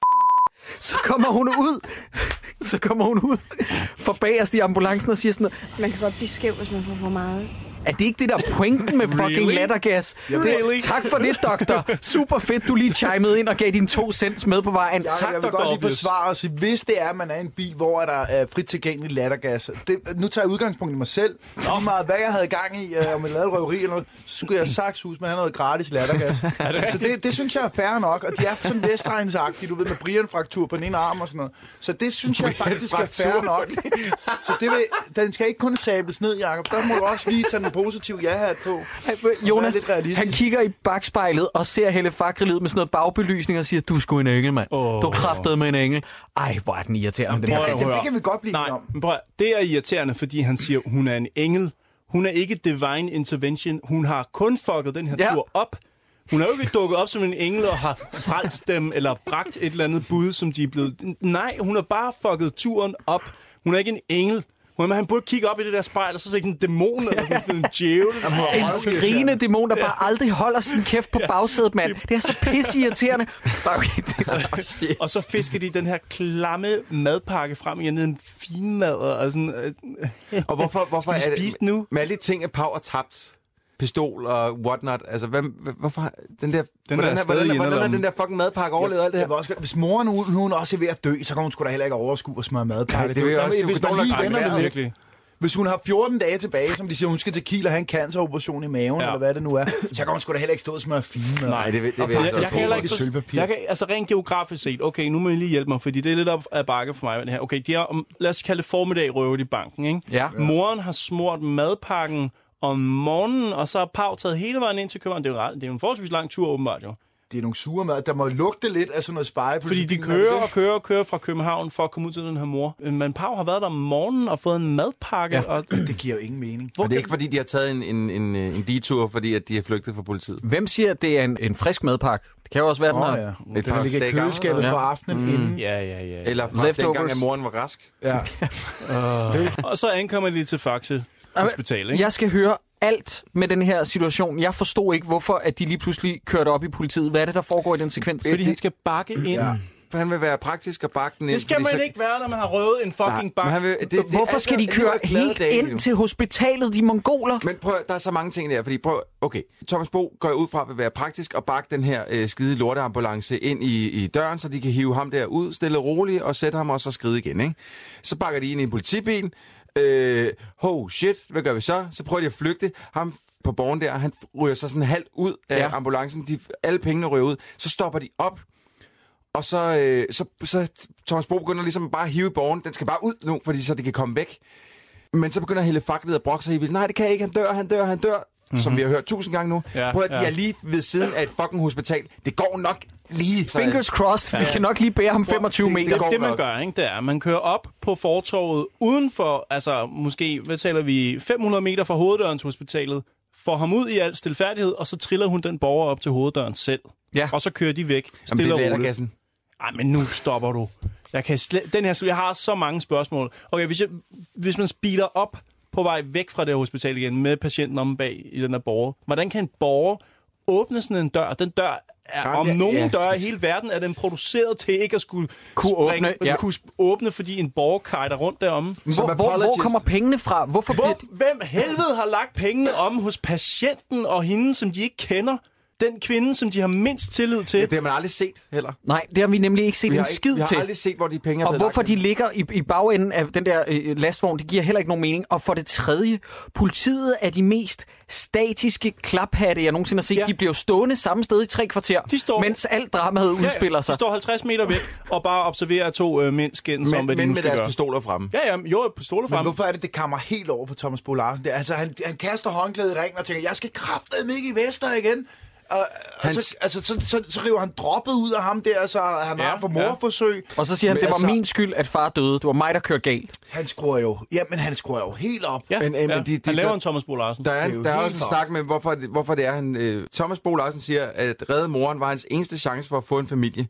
Så kommer hun ud, så kommer hun ud forbagerst i ambulancen og siger sådan noget. Man kan godt blive skæv, hvis man får for meget. Er det ikke det der pointen med fucking really? lattergas? Really? Tak for det, doktor. Super fedt, du lige chimede ind og gav dine to cents med på vejen. Ja, tak, jeg vil godt lige forsvare os. Hvis det er, at man er i en bil, hvor der er frit tilgængelig lattergas. Det, nu tager jeg udgangspunkt i mig selv. Lige meget, hvad jeg havde gang i, øh, om jeg lavede røveri eller noget, så skulle jeg sagt hus med at have noget gratis lattergas. det så det, det synes jeg er fair nok. Og de er sådan vestegnsagtige, du ved, med Brian-fraktur på den ene arm og sådan noget. Så det synes jeg faktisk er fair nok. Så det vil, den skal ikke kun sables ned, Jacob. Der må du også lige tage den positiv ja-hat på. Jonas, han kigger i bagspejlet og ser Helle Fagrelid med sådan noget bagbelysning og siger, du er sgu en engel, mand. Oh. Du er kraftet med en engel. Ej, hvor er den irriterende. Det, det, det, det kan vi godt blive Nej, om. Prøv, det er irriterende, fordi han siger, hun er en engel. Hun er ikke divine intervention. Hun har kun fucket den her ja. tur op. Hun er jo ikke dukket op som en engel og har frelst dem eller bragt et eller andet bud, som de er blevet. Nej, hun har bare fucket turen op. Hun er ikke en engel. Men han burde kigge op i det der spejl, og så se sådan en dæmon, eller sådan en djævel. En skrigende dæmon, der bare aldrig holder sin kæft på bagsædet, mand. Det er så pisseirriterende. Okay, og så fisker de den her klamme madpakke frem igen, en finmad og sådan. Og hvorfor, hvorfor er det nu? Med alle de ting, at Pau har tabt? Pistol og whatnot. Altså, hvad, hvorfor... Den der... Den hvordan, der er, hvordan, hvordan er den der fucking madpakke overlevet alt det her? Også, hvis moren nu, nu er også ved at dø, så kan hun sgu da heller ikke overskue og smøre madpakke. Det vil jeg også sige. Hvis man lige vender det virkelig. Hvis hun har fjorten dage tilbage, som de siger, hun skal til Kiel og have en canceroperation i maven, ja. eller hvad det nu er, så kan hun sgu da heller ikke stå og smøre fine. Nej, det vil jeg, jeg, jeg kan heller ikke forstå. Jeg kan, altså rent geografisk set, okay, nu må I lige hjælpe mig, fordi det er lidt op ad bakke for mig. Her. Okay, de har, lad os kalde det formiddag røvet i banken, ikke? Ja. Moren har smurt madpakken om morgenen, og så har Pau taget hele vejen ind til København. Det er jo, det er jo en forholdsvis lang tur, åbenbart jo. Det er nogle sure mad. Der må lugte lidt af sådan noget spege. Fordi de kører og kører og kører fra København for at komme ud til den her mor. Men Pau har været der om morgenen og fået en madpakke. Ja. Og det giver jo ingen mening. Og det er ikke, fordi de har taget en, en, en, en detur, fordi at de har flygtet fra politiet. Hvem siger, at det er en, en frisk madpakke? Det kan jo også være, den oh, her. Ja. Det den ligger i køleskabet for aftenen mm. inden. Ja, ja, ja. Eller fra dengang, at moren var rask. Ja. uh. Og så ankommer de til Faxe Hospital, ikke? Jeg skal høre alt med den her situation. Jeg forstod ikke, hvorfor at de lige pludselig kørte op i politiet. Hvad er det, der foregår i den sekvens? Fordi han skal bakke ind. Ja. For han vil være praktisk og bakke den ind. Det skal man så... ikke være, når man har røvet en fucking bakke. Det, det, Hvorfor det, skal de køre helt dag, ind jo. til hospitalet, de mongoler? Men prøv, der er så mange ting der, fordi prøv, okay, Thomas Bo går ud fra at vil være praktisk og bakke den her øh, skide lorteambulance ind i, i døren, så de kan hive ham der ud, stille roligt og sætte ham og så skride igen, ikke? Så bakker de ind i en politibil. Øh, oh shit, hvad gør vi så? Så prøver de at flygte. Ham på borgen der, han ryger så sådan halvt ud af ja. ambulancen. De, alle pengene ryger ud. Så stopper de op. Og så, øh, så, så Thomas Bo begynder ligesom bare at hive i borgen. Den skal bare ud nu, fordi så det kan komme væk. Men så begynder hele faklet at brokke sig i. Nej, det kan jeg ikke. Han dør, han dør, han dør. Mm-hmm. Som vi har hørt tusind gange nu. Ja, Prøv at ja. de er lige ved siden af et fucking hospital. Det går nok lige. Så Fingers crossed. Ja. Vi kan nok lige bære ham femogtyve meter. Det, det, det man gør, ikke, det er, man kører op på fortovet uden for, altså måske, hvad taler vi, fem hundrede meter fra hoveddøren til hospitalet, får ham ud i al stilfærdighed, og så triller hun den borger op til hoveddøren selv. Ja. Og så kører de væk. Stille og roligt. Ej, men nu stopper du. Jeg kan slet, den her, jeg har så mange spørgsmål. Okay, hvis, jeg, hvis man speeder op på vej væk fra det hospital igen med patienten om bag i den her borger, hvordan kan en borger åbne sådan en dør? Den dør er om nogen ja, dør i hele verden, er den produceret til ikke at skulle kunne springe, åbne, ja. kunne åbne, fordi en borger kajter rundt deromme. Hvor, hvor, hvor kommer pengene fra? Hvorfor hvor, hvem helvede har lagt pengene om hos patienten og hende, som de ikke kender? Den kvinde, som de har mindst tillid til. Ja, det har man aldrig set heller. Nej, det har vi nemlig ikke set en skid til. Vi har aldrig set, hvor de penge er. Og hvorfor de ligger i, i bagenden af den der øh, lastvogn, det giver heller ikke nogen mening. Og for det tredje, politiet er de mest statiske klaphatte, jeg nogensinde har set. Ja. De bliver stående samme sted i tre kvarter, de står, mens alt dramaet ja, udspiller sig. De står halvtreds meter væk og bare observerer to øh, mænd skændes om, hvad de nu skal gøre. Men med deres pistoler fremme. Ja, ja, jo, pistoler fremme. Men hvorfor er det, det kammer helt over for Thomas Bo Larsen? Det, altså, han, han kaster håndklædet i ringen og tænker, jeg skal kraftedeme ikke i Vester igen. Og, Hans... altså, altså, så, så, så river han droppet ud af ham der, så han ja, har for morforsøg. Ja. Og så siger han, men, det var altså, min skyld, at far døde. Det var mig, der kørte galt. Han skruer jo, ja, men han skruer jo helt op. Ja, men, ja. Men de, de, han laver der, en Thomas Bo Larsen. Der er, der er også en snak med, hvorfor, hvorfor det er, han... Øh, Thomas Bo Larsen siger, at redde moren var hans eneste chance for at få en familie.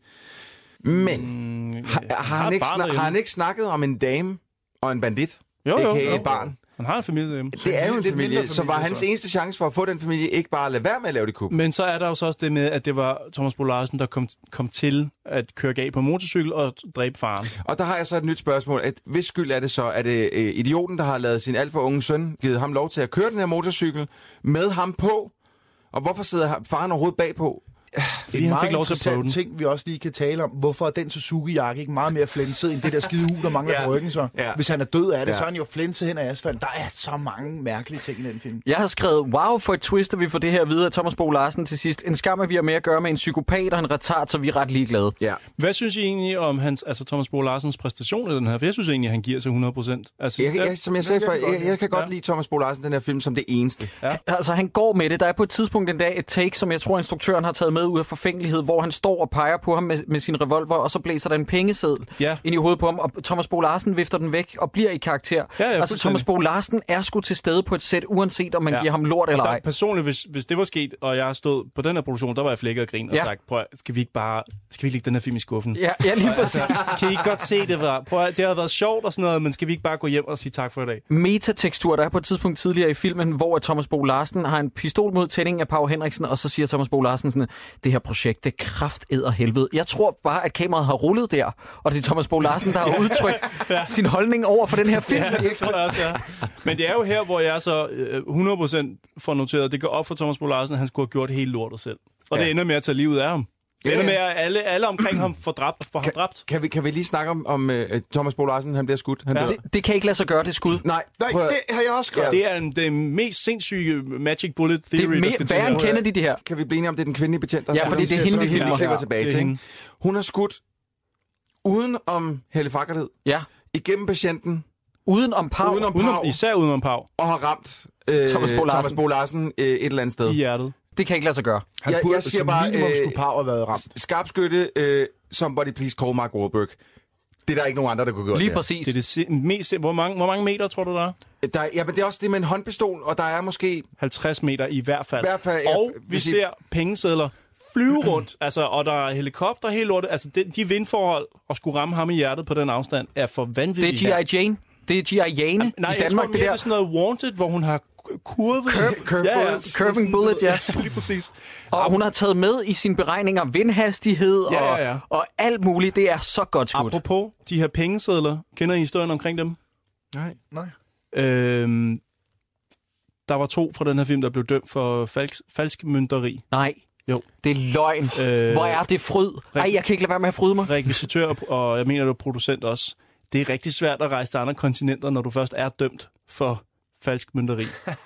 Men mm, har, har, han ikke snak, har han ikke snakket om en dame og en bandit? Jo, jo, A K A jo. et barn. Han har en familie hjemme. Det er jo en familie, familie, så var hans så. eneste chance for at få den familie ikke bare at lade være med at lave det kup. Men så er der jo så også det med, at det var Thomas Bo Larsen, der kom, kom til at køre galt på motorcykel og dræbe faren. Og der har jeg så et nyt spørgsmål. At, hvis skyld er det så? Er det øh, idioten, der har lavet sin alt for unge søn, givet ham lov til at køre den her motorcykel med ham på? Og hvorfor sidder faren overhovedet bagpå? Det er en meget interessant ting, vi også lige kan tale om. Hvorfor er den Suzuki-jakke ikke meget mere flænset end det der skide hul, der mangler ja. på ryggen så? Ja. Hvis han er død af det, ja. så er han jo flænset hen ad asfalt. Der er så mange mærkelige ting i den film. Jeg har skrevet, wow, for et twist, at vi får det her videre af Thomas Bo Larsen til sidst. En skam, at vi har med at gøre med en psykopat og en retard, så vi er ret ligeglade. Ja. Hvad synes I egentlig om hans, altså Thomas Bo Larsens præstation i den her? For jeg synes egentlig, at han giver sig hundrede procent. Altså, jeg, jeg, som jeg sagde før, jeg, jeg kan godt ja. lide Thomas Bo Larsen, den her film, som det eneste. Ja. Altså, han går med det. Der er på et tidspunkt en dag et take, som jeg tror, instruktøren har taget med ud af forfængelighed, hvor han står og peger på ham med, med sin revolver, og så blæser der en pengeseddel ja. ind i hovedet på ham, og Thomas Bo Larsen vifter den væk og bliver i karakter. Ja, ja, altså, Thomas Bo Larsen er sgu til stede på et sæt, uanset om man ja. giver ham lort eller ej. Personligt, hvis, hvis det var sket, og jeg stod på den her produktion, der var jeg flækket og grin og ja. sagt, prøv, skal vi ikke bare, skal vi ikke lægge den her film i skuffen? Ja, ja lige præcis. Kan I godt se det? Var? Prøv, det har været sjovt og sådan noget, men skal vi ikke bare gå hjem og sige tak for i dag? Metatekstur, der er på et tidspunkt tidligere i filmen, hvor Thomas Bo Larsen har en pistol mod tændingen af Pau Henriksen, og så siger Thomas Bo Larsen sådan, det her projekt, det kraftedder helvede. Jeg tror bare, at kameraet har rullet der, og det er Thomas Bo Larsen, der har udtrykt ja. sin holdning over for den her film. Ja, det tror jeg også, ja. Men det er jo her, hvor jeg så øh, hundrede procent får noteret, det går op for Thomas Bo Larsen, at han skulle have gjort hele lortet selv. Og ja. det ender med at tage livet af ham. Det ender med, at alle, alle omkring ham får, dræbt, får ham dræbt. Kan vi, kan vi lige snakke om, om uh, Thomas Bo Larsen, han bliver skudt? Han Ja. bliver... Det, det kan ikke lade sig gøre, det skud. Nej, Nej, prøv at- det har jeg også skrevet. Det er en, det mest sindssyge Magic Bullet Det Theory, er der skal mere, til. værre end her. Kennedy, det her. Kan vi blive enige om, det er den kvindelige betjent, der Ja, fordi det er hende, vi vi filmer. klipper Ja, tilbage det er til. hende. Ikke? Hun har skudt uden om Helle Fakkerled, Ja. igennem patienten, Uden om Pau. uden om Udenom, Pau, især udenom Pau og har ramt øh, Thomas Bo Larsen. Thomas Bo Larsen øh, et eller andet sted. i hjertet. Det kan ikke lade sig gøre. Han Jeg- burde, jeg siger som bare, minimum øh, skulle Pau have været ramt. Skarpskytte, øh, somebody please call Mark Wahlberg. Det er der ikke nogen andre, der kunne gøre Lige det. præcis. Det er det si- mest... Hvor mange, hvor mange meter, tror du, der er? Der, ja, men det er også det med en håndpistol, og der er måske... halvtreds meter i hvert fald. I hvert fald, ja, og vi hvis I- ser pengesedler flyve rundt, altså, og der er helikopter helt lortet. Altså, de, de vindforhold at skulle ramme ham i hjertet på den afstand er for vanvittigt. Det er G I. Jane. Det er G I. Jane Nej, i jeg Danmark, tror, det mere, der. det er sådan noget Wanted, hvor hun har kurvet... Curve- curve ja, ja, bullets. sådan- Curving bullet, ja. Lige præcis. Og hun har taget med i sine beregninger vindhastighed Ja, og, ja, ja. og alt muligt. Det er så godt skudt. Apropos de her pengesedler, kender I historien omkring dem? Nej. Nej. Øhm, der var to fra den her film, der blev dømt for falsk, falsk mønteri. Nej, Jo. det er løgn. Øh, Hvor er det fryd? Ej, jeg kan ikke lade være med at fryde mig. Rekvisitør, og jeg mener, du er producent også. Det er rigtig svært at rejse til andre kontinenter, når du først er dømt for falsk mønteri.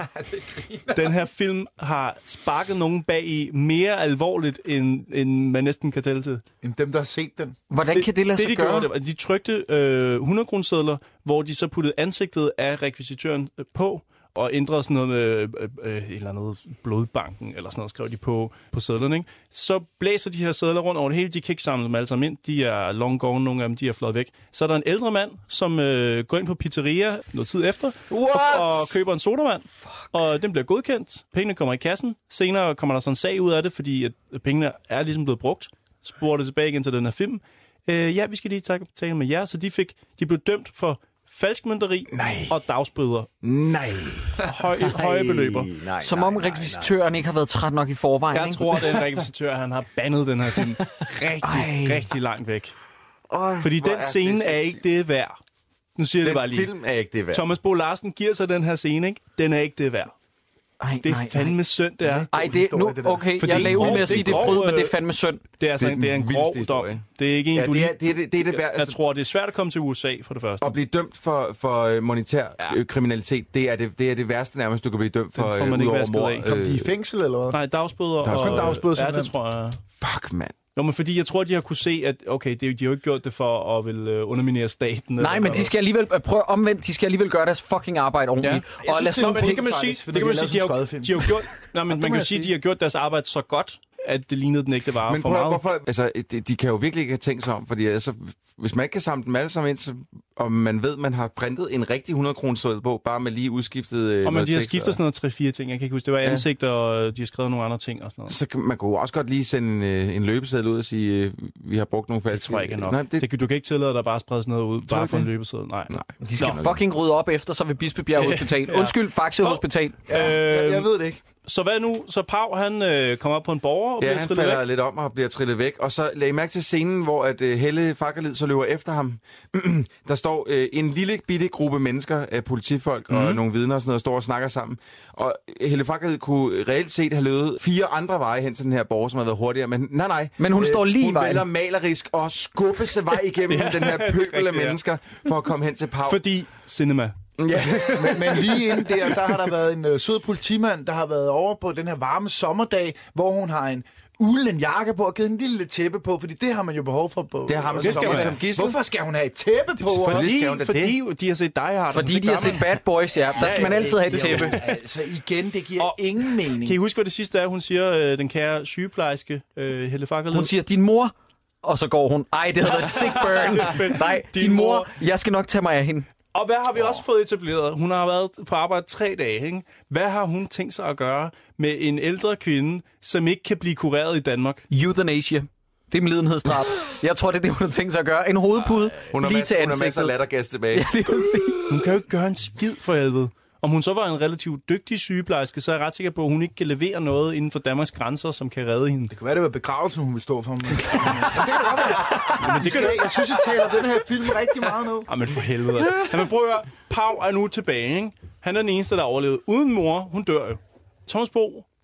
Den her film har sparket nogen bag i mere alvorligt, end, end man næsten kan tælle til. End dem, der har set den. Hvordan kan det lade det, sig de gøre? gjorde, det var, de trykte øh, hundrede kronesedler, hvor de så puttede ansigtet af rekvisitøren øh, på, og ændrede sådan noget med øh, øh, et eller andet blodbanken, eller sådan noget, skrev de på, på sedlerne. Ikke? Så blæser de her sedler rundt over det hele, de kan ikke samle dem alle sammen ind, de er long gone, nogle af dem, de er fløjet væk. Så er der en ældre mand, som øh, går ind på pizzeria noget tid efter, og, og køber en sodavand, Fuck. og den bliver godkendt, pengene kommer i kassen, senere kommer der sådan en sag ud af det, fordi at pengene er ligesom blevet brugt, sporer det tilbage igen til den her film. Øh, ja, vi skal lige tale med jer, så de, fik, de blev dømt for falskmønteri og dagsbøder. Nej. Høj, høje beløber. Nej, Som om rekvisitøren ikke har været træt nok i forvejen. Jeg ikke? tror, at den rekvisitør, han har bandet den her film rigtig, Ej. rigtig langt væk. Øj, Fordi hvor den det scene er sindssygt. ikke det værd. Nu siger jeg det bare Den lige. film er ikke det værd. Thomas Bo Larsen giver sig den her scene, ikke? Den er ikke det værd. Ej, Det er nej, fandme nej. synd, det er. Ej, det, historie, nu, det der. okay, Fordi jeg lagde ud grov- med at sige, det det er er fryd, grov, men det er øh, fandme synd. Det er, altså, Det er det er en den grov vildeste dom. historie. Det er ikke en, Ja, du det er lige... det, er det, det, er det værd. Jeg Altså, tror, det er svært at komme til U S A, for det første. at blive dømt for, for øh, monetær Ja. øh, kriminalitet, det er det, det er det værste nærmest, du kan blive dømt for, Den får øh, man ikke udover vasket mord. af. Kom de i fængsel, eller hvad? Nej, dagsbøder. Der er og, kun dagsbøder, Ja, det simpelthen. tror jeg. Fuck, mand. Nå, men fordi jeg tror, de har kunne se, at okay, det, de har jo ikke gjort det for at vil øh, underminere staten. Nej, men de skal alligevel prøve omvendt, de skal alligevel gøre deres fucking arbejde ordentligt. Ja. Og lad os Nå, nu men det kan man sige, faktisk, det kan man sige, de har, fordi jo- de de har jo gjort, nej, men man må kan jeg sige, sige. de har gjort deres arbejde så godt, at det lignede den ægte vare Men for prøv, meget. hvorfor, altså, de, de kan jo virkelig ikke have tænkt sig om, fordi altså, hvis man ikke kan samle dem alle sammen ind, så, og man ved, man har printet en rigtig hundrede kroner seddel på, bare med lige udskiftet øh, Og men noget de har tekst, skiftet sådan noget tre-fire ting. Jeg kan ikke huske, det var Ja. ansigt, og øh, de har skrevet nogle andre ting og sådan noget. så kan, man kunne også godt lige sende en, øh, en løbeseddel ud og sige, øh, vi har brugt nogle Det falske... tror jeg ikke er nok. Nej, det... det, Det, du kan ikke tillade dig bare at sprede sådan noget ud, Tror bare du for en det? løbeseddel. Nej. nej. De skal Nå. fucking rydde op efter sig ved Bispebjerg Hospital. Ja. Undskyld, Faxe Hospital. Ja, jeg, Øh, jeg ved det ikke. Så hvad nu? Så Pau, han øh, kommer op på en borger og Ja, bliver han trillet falder væk. lidt om og bliver trillet væk. Og så lag I mærke til scenen, hvor at uh, Helle Fakkerlid så løber efter ham. Der står uh, en lille bitte gruppe mennesker, uh, politifolk mm. og nogle vidner og sådan noget, står og snakker sammen. Og Helle Fakkerlid kunne reelt set have løbet fire andre veje hen til den her borger, som har været hurtigere. Men nej, nej. Men hun står lige i Hun vejen. vælger malerisk og skubbe sig vej igennem Ja, den her det er pøbel af rigtigt, ja. mennesker for at komme hen til Pau. Fordi cinema. Ja. Men, men lige inden der, der har der været en øh, sød politimand, der har været over på den her varme sommerdag, hvor hun har en ulen jakke på og givet en lille tæppe på, fordi det har man jo behov for på. Det har man Det skal som, man som have. gidsel. Hvorfor skal hun have et tæppe på? Selvfølgelig Fordi, skal hun da fordi de har set Die Hard. Fordi altså, det de har gør set man. Bad Boys, ja. Der skal man altid have et tæppe. Altså igen, det giver Og- ingen mening. Kan I huske, hvad det sidste er, hun siger, øh, den kære sygeplejerske øh, Helle Fakkerlid? Hun siger, din mor, og så går hun. Ej, det havde været et sick burn. Nej, din, Din mor, mor. jeg skal nok tage mig af hende. Og hvad har vi også fået etableret? Hun har været på arbejde tre dage, ikke? Hvad har hun tænkt sig at gøre med en ældre kvinde, som ikke kan blive kureret i Danmark? Euthanasia. Det er medlidenhedsdrab. Jeg tror, det er det, hun har tænkt sig at gøre. En hovedpude Hun har lige masser, til hun har masser af ansigtet. lattergas tilbage. Ja, lige præcis. Hun kan jo ikke gøre en skid for helvede. Om hun så var en relativt dygtig sygeplejerske, så er jeg ret sikker på, at hun ikke kan levere noget inden for Danmarks grænser, som kan redde hende. Det kan være, det var begravelsen, hun vil stå for. Men, men det kan da godt være. Men det kan Jeg, jeg synes, I taler den her film rigtig meget nu. Ah, men for helvede, altså. Ja, men prøv at høre. Pau er nu tilbage, ikke? Han er den eneste, der er overlevet. Uden mor, hun dør jo. Thomas Bo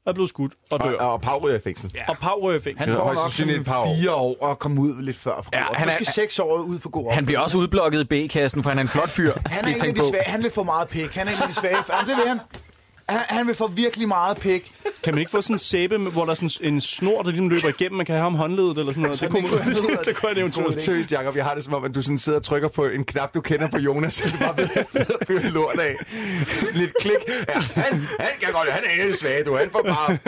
er blevet skudt og dør. Og, og Pau ryger i fængsel. Ja. Og Pau ryger i fængsel. Han får højst nok sandsynligt sådan et par år. fire år og komme ud lidt før for Ja, god. han Måske er- seks år ud for god opførsel. Han bliver også udblokket i B-kassen, for han er en flot fyr. Han er skal I en af tænke de på. svage. Han vil få meget pik. Han er en af de svage. Ja, det vil han. Han, han vil få virkelig meget pik. Kan man ikke få sådan en sæbe, hvor der er sådan en snor, der ligesom løber igennem? Man kan have ham håndledet eller sådan noget. Det kunne man det kunne jeg eventuelt. Seriøst, Jacob, jeg har det som om, at du sådan sidder og trykker på en knap, du kender på Jonas, så du bare ved at fyre lort af. Sådan lidt klik. Ja, han, han kan godt, han er en af de svage, du. Han får bare...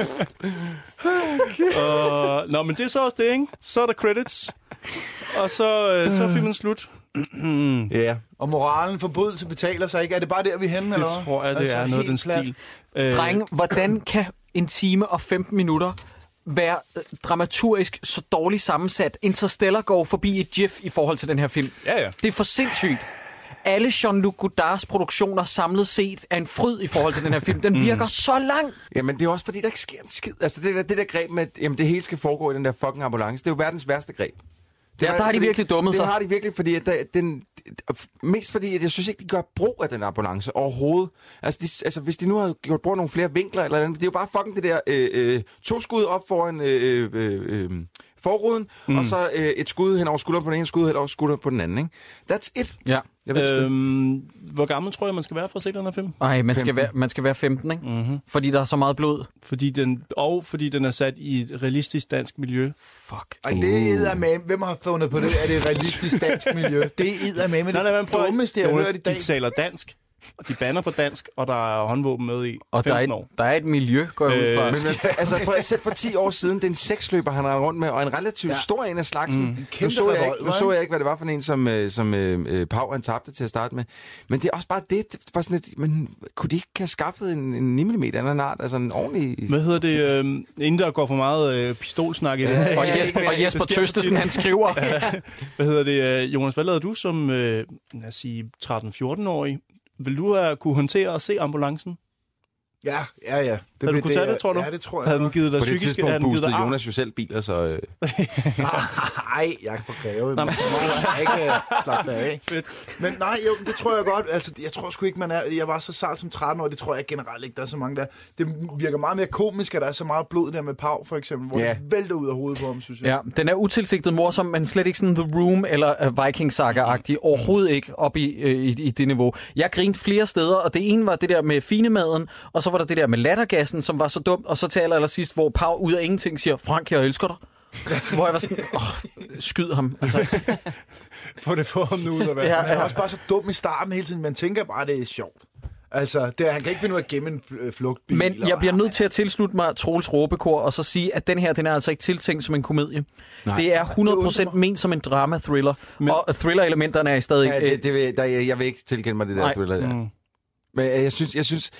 Uh, nå, men det er så også det, ikke? Så er der credits, og så, øh, så er filmen slut. Ja. Yeah. Og moralen forbrydelse betaler sig ikke. Er det bare der, vi er henne? Det eller? tror jeg, det altså, er noget af den plat. stil. Øh, Drenge, hvordan kan en time og femten minutter være øh, dramaturgisk så dårligt sammensat? Interstellar går forbi et gif i forhold til den her film. Ja, ja. Det er for sindssygt. Alle Jean-Luc Godards produktioner samlet set er en fryd i forhold til den her film. Den virker mm. så lang. Jamen, det er også fordi, der ikke sker en skid. Altså, det der, det der greb med, at jamen, det hele skal foregå i den der fucking ambulance, det er jo verdens værste greb. Det Ja, der har de virkelig dummet det sig. Det har de virkelig, fordi at der, den, mest fordi, at jeg synes ikke, de gør brug af den ambulance overhovedet. Altså, de, altså hvis de nu har gjort brug af nogle flere vinkler, eller andet, det er jo bare fucking det der øh, øh, to skud op foran øh, øh, øh, forruden, mm. og så øh, et skud hen over skulderen på den ene, skud hen over skulderen på den anden, ikke? That's it. Ja. Jeg ved, øh, Øhm, hvor gammel tror jeg, man skal være for at se den her film? Ej, man skal, være, man skal være femten, ikke? Mm-hmm. Fordi der er så meget blod. Fordi den, og fordi den er sat i et realistisk dansk miljø. Fuck. Ej, det er med. Hvem har fundet på det? Er det et realistisk dansk miljø? Det er med med det dummeste, jeg har hørt i dag. De taler dansk, og de banner på dansk, og der er håndvåben med i Og der er, et, der er et miljø, går jeg øh, ud fra. Men, men altså, prøv at sætte for ti år siden, det er en seksløber, han har rundt med, og en relativt ja. stor en af slagsen. Mm. Nu, så jeg ikke, nu så jeg ikke, hvad det var for en, som, som øh, Pau han tabte til at starte med. Men det er også bare det, det var sådan et, men kunne de ikke have skaffet en, en ni millimeter eller en art, altså en ordentlig... Hvad hedder det, øh, inden der går for meget øh, pistolsnak i det? Ja, og Jesper, og Jesper Tøstesen, han skriver. Hvad hedder det, øh, Jonas, hvad lavede du som, øh, lad os sige, tretten-fjorten-årig? Vil du have kunne håndtere at se ambulancen? Ja, ja, ja. Det havde du kunne tage det, tror du? Ja, det tror jeg. Havde den givet dig På det psykisk, tidspunkt boostede Jonas jo selv biler, så... Øh... Nej, jeg er for krævet. Men jeg ikke uh, slappe af. Fedt. Men nej, jo, det tror jeg godt. Altså, jeg tror sgu ikke, man er... Jeg var så sart som tretten år, det tror jeg generelt ikke, der er så mange der. Det virker meget mere komisk, at der er så meget blod der med Pau, for eksempel, hvor yeah. det vælter ud af hovedet på ham, synes jeg. Ja, den er utilsigtet morsom, men slet ikke sådan The Room eller uh, Viking Saga-agtig. Overhovedet ikke op i, uh, i, i det niveau. Jeg grinte flere steder, og det ene var det der med finemaden, og så var der det der med lattergassen, som var så dumt, og så til aller, aller sidst, hvor Pau ud af ingenting siger, Frank, jeg elsker dig. Hvor jeg var sådan, åh, skyd ham. Altså. Få det for ham nu ud af verden. Ja, han er også bare så dum i starten hele tiden, man tænker bare, det er sjovt. Altså, det, han kan ikke finde ud af at gemme en flugtbil. Men jeg bliver nødt til at tilslutte mig Troels råbekor, og så sige, at den her, den er altså ikke tiltænkt som en komedie. Nej. Det er hundrede procent ment som en drama-thriller, men... og thriller-elementerne er stadig... Ja, det, det vil, der, jeg vil ikke tilkende mig det der Nej. thriller. Ja. Mm. Men jeg synes... Jeg synes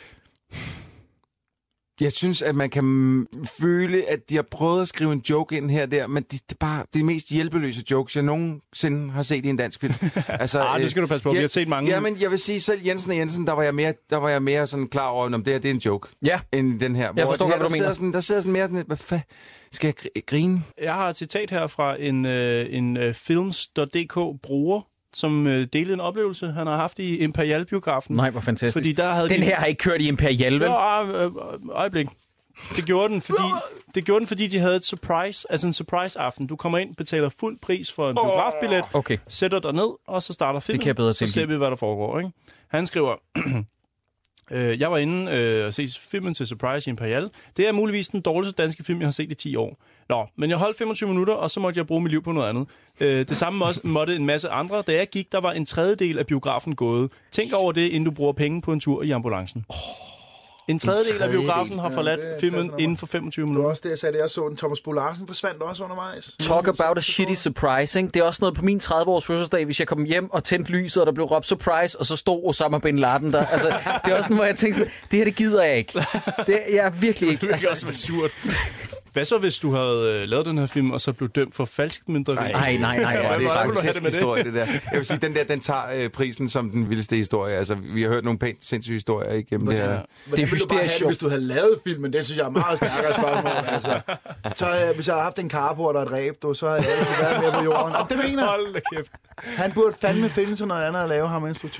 Jeg synes, at man kan føle, at de har prøvet at skrive en joke ind her og der, men det, det er bare de mest hjælpeløse jokes, jeg nogensinde har set i en dansk film. Altså, ah, det skal du passe på, vi har set mange. Ja, men jeg vil sige, selv Jensen og Jensen, der var jeg mere, der var jeg mere sådan klar over, om det her det er en joke, ja. end den her. Jeg forstår her, godt, hvad du mener. Sådan, der sidder sådan mere sådan, hvad fanden, skal jeg grine? Jeg har et citat her fra en, øh, en øh, films punktum d k bruger, som øh, delede en oplevelse, han har haft i Imperial-biografen. Nej, hvor fantastisk. Fordi der havde den de... her har ikke kørt i Imperial, vel? Ja, øh, øh, øjeblik. Det gjorde den, fordi det gjorde den, fordi de havde et surprise, altså en surprise-aften. Du kommer ind, betaler fuld pris for en biografbillet, okay. sætter dig ned, og så starter filmen. Det kan jeg bedre så ser vi, hvad der foregår. Ikke? Han skriver, øh, jeg var inde øh, og se filmen til Surprise i Imperial. Det er muligvis den dårligste danske film, jeg har set i ti år. Nå, men jeg holdt femogtyve minutter, og så måtte jeg bruge mit liv på noget andet. Øh, det samme også, måtte en masse andre. Da jeg gik, der var en tredjedel af biografen gået. Tænk over det, inden du bruger penge på en tur i ambulancen. Oh. En tredjedel af biografen har forladt ja, filmen inden for femogtyve minutter. Det var også det, jeg sagde, da jeg så den. Thomas Bo Larsen forsvandt også undervejs. Talk about a shitty surprising. Det er også noget på min tredive-års fødselsdag, hvis jeg kom hjem og tændte lyset, og der blev råbt surprise, og så stod Osama Bin Laden der. Altså, det er også sådan, hvor jeg tænkte sådan, det her, det gider jeg ikke. Det, jeg er virkelig ikke... Det kan også være surt. Hvad så, hvis du havde øh, lavet den her film, og så blev dømt for falsk mindre? Nej, nej, nej. nej ja, det er faktisk en historie, det der. Jeg vil sige, den der, den tager øh, prisen som den vildeste historie. Altså, vi har hørt nogle pænt sindssyge historier igennem det her. Det er hysterisk, hvis du havde lavet filmen, det synes jeg er meget stærkere spørgsmål. Altså, så øh, hvis jeg havde haft en carport og et ræb, du, så havde jeg ikke været mere på jorden. Og det mener Hold da kæft. Han burde fandme finde sig noget andet at lave ham, instruktøren.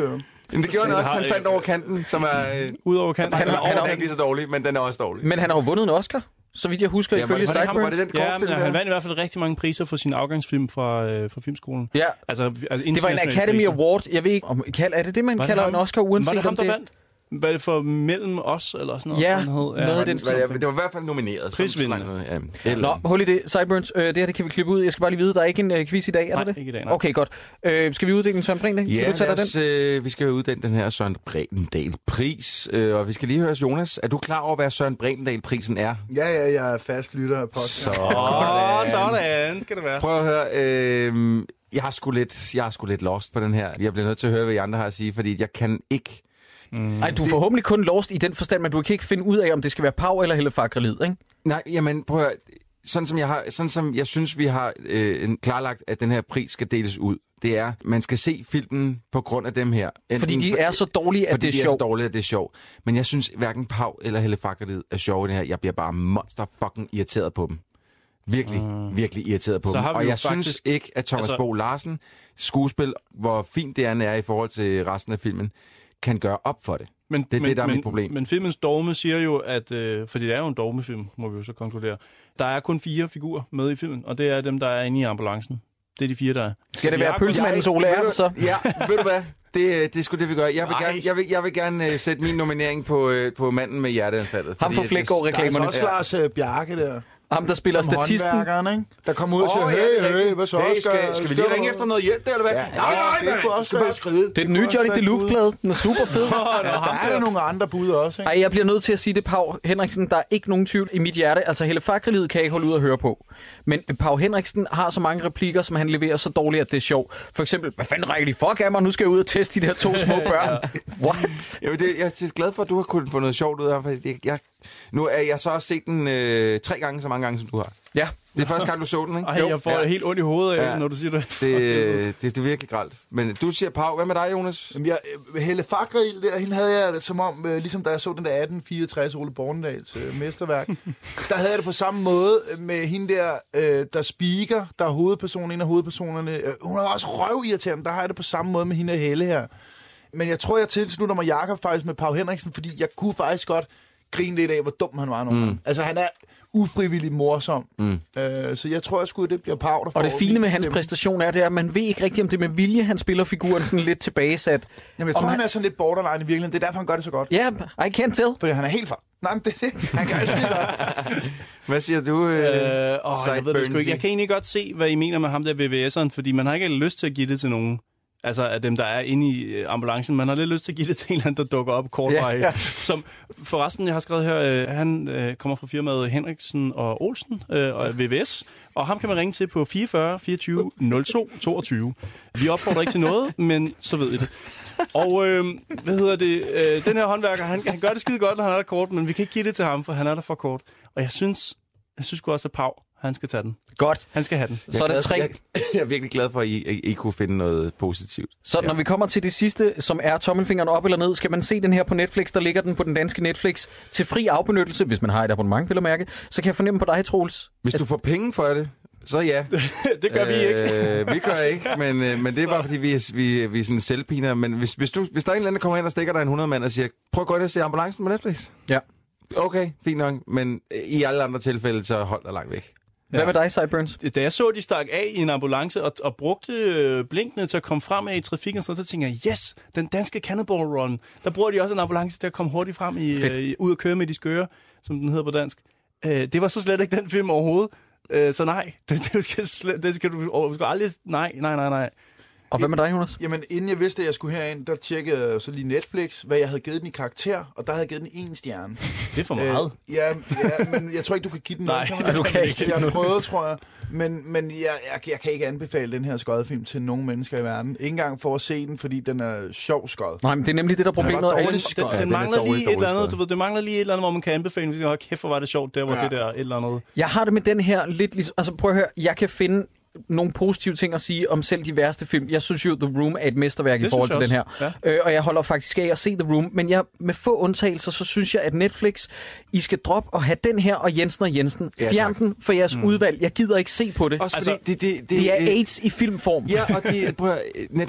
Men det gjorde han også. Han fandt over kanten, som er... Øh, Ud over kanten. Han er Han er overhovedet ikke lige så dårlig, men den er også dårlig. Men han har jo vundet en Oscar, så vidt jeg husker, ja, ifølge Sideburns. Sideburns. Var det den Ja, kortfilm, men han der? vandt i hvert fald rigtig mange priser for sin afgangsfilm fra, øh, fra filmskolen. Ja, altså, altså det var en Academy priser. Award. Jeg ved ikke, om, er det det, man var kalder ham? en Oscar, uanset var det ham, om det... der vandt? Var det for Mellem Os, eller sådan noget? Ja, sådan noget, noget af den stil. Det var i hvert fald nomineret. Prisvindende. Ja, Nå, hold i det. Sideburns, øh, det her det kan vi klippe ud. Jeg skal bare lige vide, der er ikke en øh, quiz i dag, er nej, der det? ikke i dag, nej. Okay, godt. Øh, skal vi uddele en Søren Brindal? Ja, du tage os, den? Øh, vi skal jo uddele den her Søren Brindal-pris. Øh, og vi skal lige høre, Jonas, er du klar over, hvad Søren Brindal-prisen er? Ja, ja, jeg er fast lytter af podcast. Åh, oh, sådan skal det være. Prøv at høre. Øh, jeg har sgu lidt, jeg er sgu lidt lost på den her. Jeg bliver nødt til at høre, hvad I andre har at sige, fordi jeg kan ikke... Mm. Ej, du er forhåbentlig kun lost i den forstand, men du kan ikke finde ud af, om det skal være Pau eller Helle Fagrelid, ikke? Nej, jamen prøv at høre. Sådan som jeg, har, sådan som jeg synes, vi har øh, klarlagt, at den her pris skal deles ud, det er, man skal se filmen på grund af dem her. Enten, fordi de er så dårlige, at det er sjovt. Fordi de er så dårlige, at det er sjovt. Men jeg synes, hverken Pau eller Helle Fagrelid er sjove i det her. Jeg bliver bare monster fucking irriteret på dem. Virkelig, mm. virkelig irriteret på så dem. Og jeg faktisk... synes ikke, at Thomas altså... Bo Larsen skuespil, hvor fint det er, er i forhold til resten af filmen, kan gøre op for det. Men, det er men, det, der er men, mit problem. Men filmens dogme siger jo, at... Øh, fordi det er jo en dogmefilm, må vi jo så konkludere. Der er kun fire figurer med i filmen, og det er dem, der er inde i ambulancen. Det er de fire, der er. Skal det være pølsemandens Ole Ernst, så? Ja, ved du hvad? Det, det er sgu det, vi gør. Jeg vil Nej. gerne, jeg vil, jeg vil gerne uh, sætte min nominering på, uh, på manden med hjerteanfaldet. Ham for Flækgaard-reklamerne. Der er også Lars uh, Bjarke der. Ham, der spiller som statisten. Ikke? Der kommer ud og siger, oh, hey, hey, hey, hvad så? Hey, skal, skal, skal vi lige ringe efter noget hjælp der, eller hvad? Ja, nej, nej, det kunne også være skridt. Det er den nye Johnny Deluxe-plade. Den er super fed. Ja, der er jo nogle andre bud også, ikke? Ej, jeg bliver nødt til at sige det, Pau Henriksen. Der er ikke nogen tvivl i mit hjerte. Altså, Helle Fagrelid kan jeg ikke holde ud at høre på. Men Pau Henriksen har så mange replikker, som han leverer så dårligt, at det er sjovt. For eksempel, hvad fanden rækker de fuck af mig? Nu skal jeg ud og teste de der to små børn. What? Jamen, det, jeg er glad for, at du har kunnet få noget sjovt ud af, for jeg, jeg, nu er jeg så også set den øh, tre gange så mange gange, som du har. Ja. Det er første gang, du så den, ikke? Ej, jeg får ja. helt ondt i hovedet af, ja. når du siger det. Det, det, det er virkelig grelt. Men du siger, Pau, hvad med dig, Jonas? Jamen, jeg, Helle Fagrelid, der, hende havde jeg det som om, øh, ligesom da jeg så den der atten fireogtres Ole Bornedals øh, mesterværk, der havde jeg det på samme måde med hende der, øh, der speaker, der er hovedpersonen, en af hovedpersonerne. Øh, hun er også røvirriterende, der har jeg det på samme måde med hende og Helle her. Men jeg tror, jeg tilslutter mig Jakob faktisk med Pau Henriksen, fordi jeg kunne faktisk godt grine lidt af, hvor dum han var nogle mm. Altså, han er ufrivilligt morsom. Mm. Øh, så jeg tror, jeg skulle det bliver Pau, der får... Og det fine med hans præstation er, det er, at man ved ikke rigtigt, om det er med vilje, han spiller figuren sådan lidt tilbagesat. Jamen, jeg tror, han... han er sådan lidt borderline i virkeligheden. Det er derfor, han gør det så godt. Ja, yeah, I can't tell. Fordi han er helt for... Nej, men det er det. Han kan skide godt. Hvad siger du, øh, øh, åh, jeg ved det sgu ikke. Jeg kan egentlig godt se, hvad I mener med ham der V V S'eren, fordi man har ikke lyst til at give det til nogen. Altså af dem, der er inde i ambulancen. Man har lidt lyst til at give det til en eller anden, der dukker op kort vej. Yeah, yeah. Som forresten, jeg har skrevet her, øh, han øh, kommer fra firmaet Henriksen og Olsen øh, og V V S. Og ham kan man ringe til på fireogfyrre fireogtyve nul to toogtyve. Vi opfordrer ikke til noget, men så ved I det. Og øh, hvad hedder det? Øh, den her håndværker, han, han gør det skide godt, når han er der kort, men vi kan ikke give det til ham, for han er der for kort. Og jeg synes, jeg synes også, at Pau, han skal tage den. Godt. Han skal have den. Så er det tre. Jeg, jeg er virkelig glad for, at I, I, I kunne finde noget positivt. Så ja. Når vi kommer til det sidste, som er tommelfingeren op eller ned, skal man se den her på Netflix. Der ligger den på den danske Netflix til fri afbenyttelse, hvis man har et abonnement, vil jeg mærke. Så kan jeg fornemme på dig, Troels. Hvis du får penge for det, så ja. Det gør vi ikke. øh, vi gør ikke, men, men det er bare fordi, vi er, vi, vi er sådan selvpiner. Men hvis, hvis, du, hvis der er en eller anden, der kommer ind og stikker dig en hundrede mand og siger, prøv at gå ind og se ambulancen på Netflix. Ja. Okay, fint nok. Men i alle andre tilfælde, så hold dig langt væk. Hvad med dig, Sideburns? Da jeg så, de stak af i en ambulance og, og brugte blinkene til at komme frem af i trafikken, så tænkte jeg, yes, den danske Cannonball Run. Der bruger de også en ambulance til at komme hurtigt frem i, øh, ud og køre med de skøre, som den hedder på dansk. Øh, det var så slet ikke den film overhovedet. Øh, så nej, det, det, skal slet, det skal du, du skal aldrig... Nej, nej, nej, nej. Og hvad med dig, Jonas? Jamen, inden jeg vidste, at jeg skulle herind, der tjekkede jeg så lige Netflix, hvad jeg havde givet den i karakter, og der havde jeg givet den en stjerne. Det er for meget. Øh, ja, ja, men jeg tror ikke, du kan give den noget. Nej, du kan ikke. Jeg har prøvet, tror jeg. Men, men jeg, jeg, jeg kan ikke anbefale den her skodfilm til nogen mennesker i verden. Ikke engang for at se den, fordi den er sjov skod. Nej, men det er nemlig det, der er problemet. Den, den, den, den mangler lige et eller andet, du ved, det mangler lige et eller andet, hvor man kan anbefale, hvis jeg kæft, hvor var det sjovt, der hvor ja. det der et eller andet. Jeg har det med den her lidt ligesom, altså prøv at høre, jeg kan finde nogle positive ting at sige om selv de værste film. Jeg synes jo, The Room er et mesterværk det i forhold til den her. Ja. Øh, og jeg holder faktisk af at se The Room. Men jeg, med få undtagelser, så synes jeg, at Netflix, I skal droppe og have den her og Jensen og Jensen. Ja, fjern den for jeres mm. udvalg. Jeg gider ikke se på det. Også altså, det, det, det, det er AIDS i filmform. Ja, og det, prøv at, Netflix,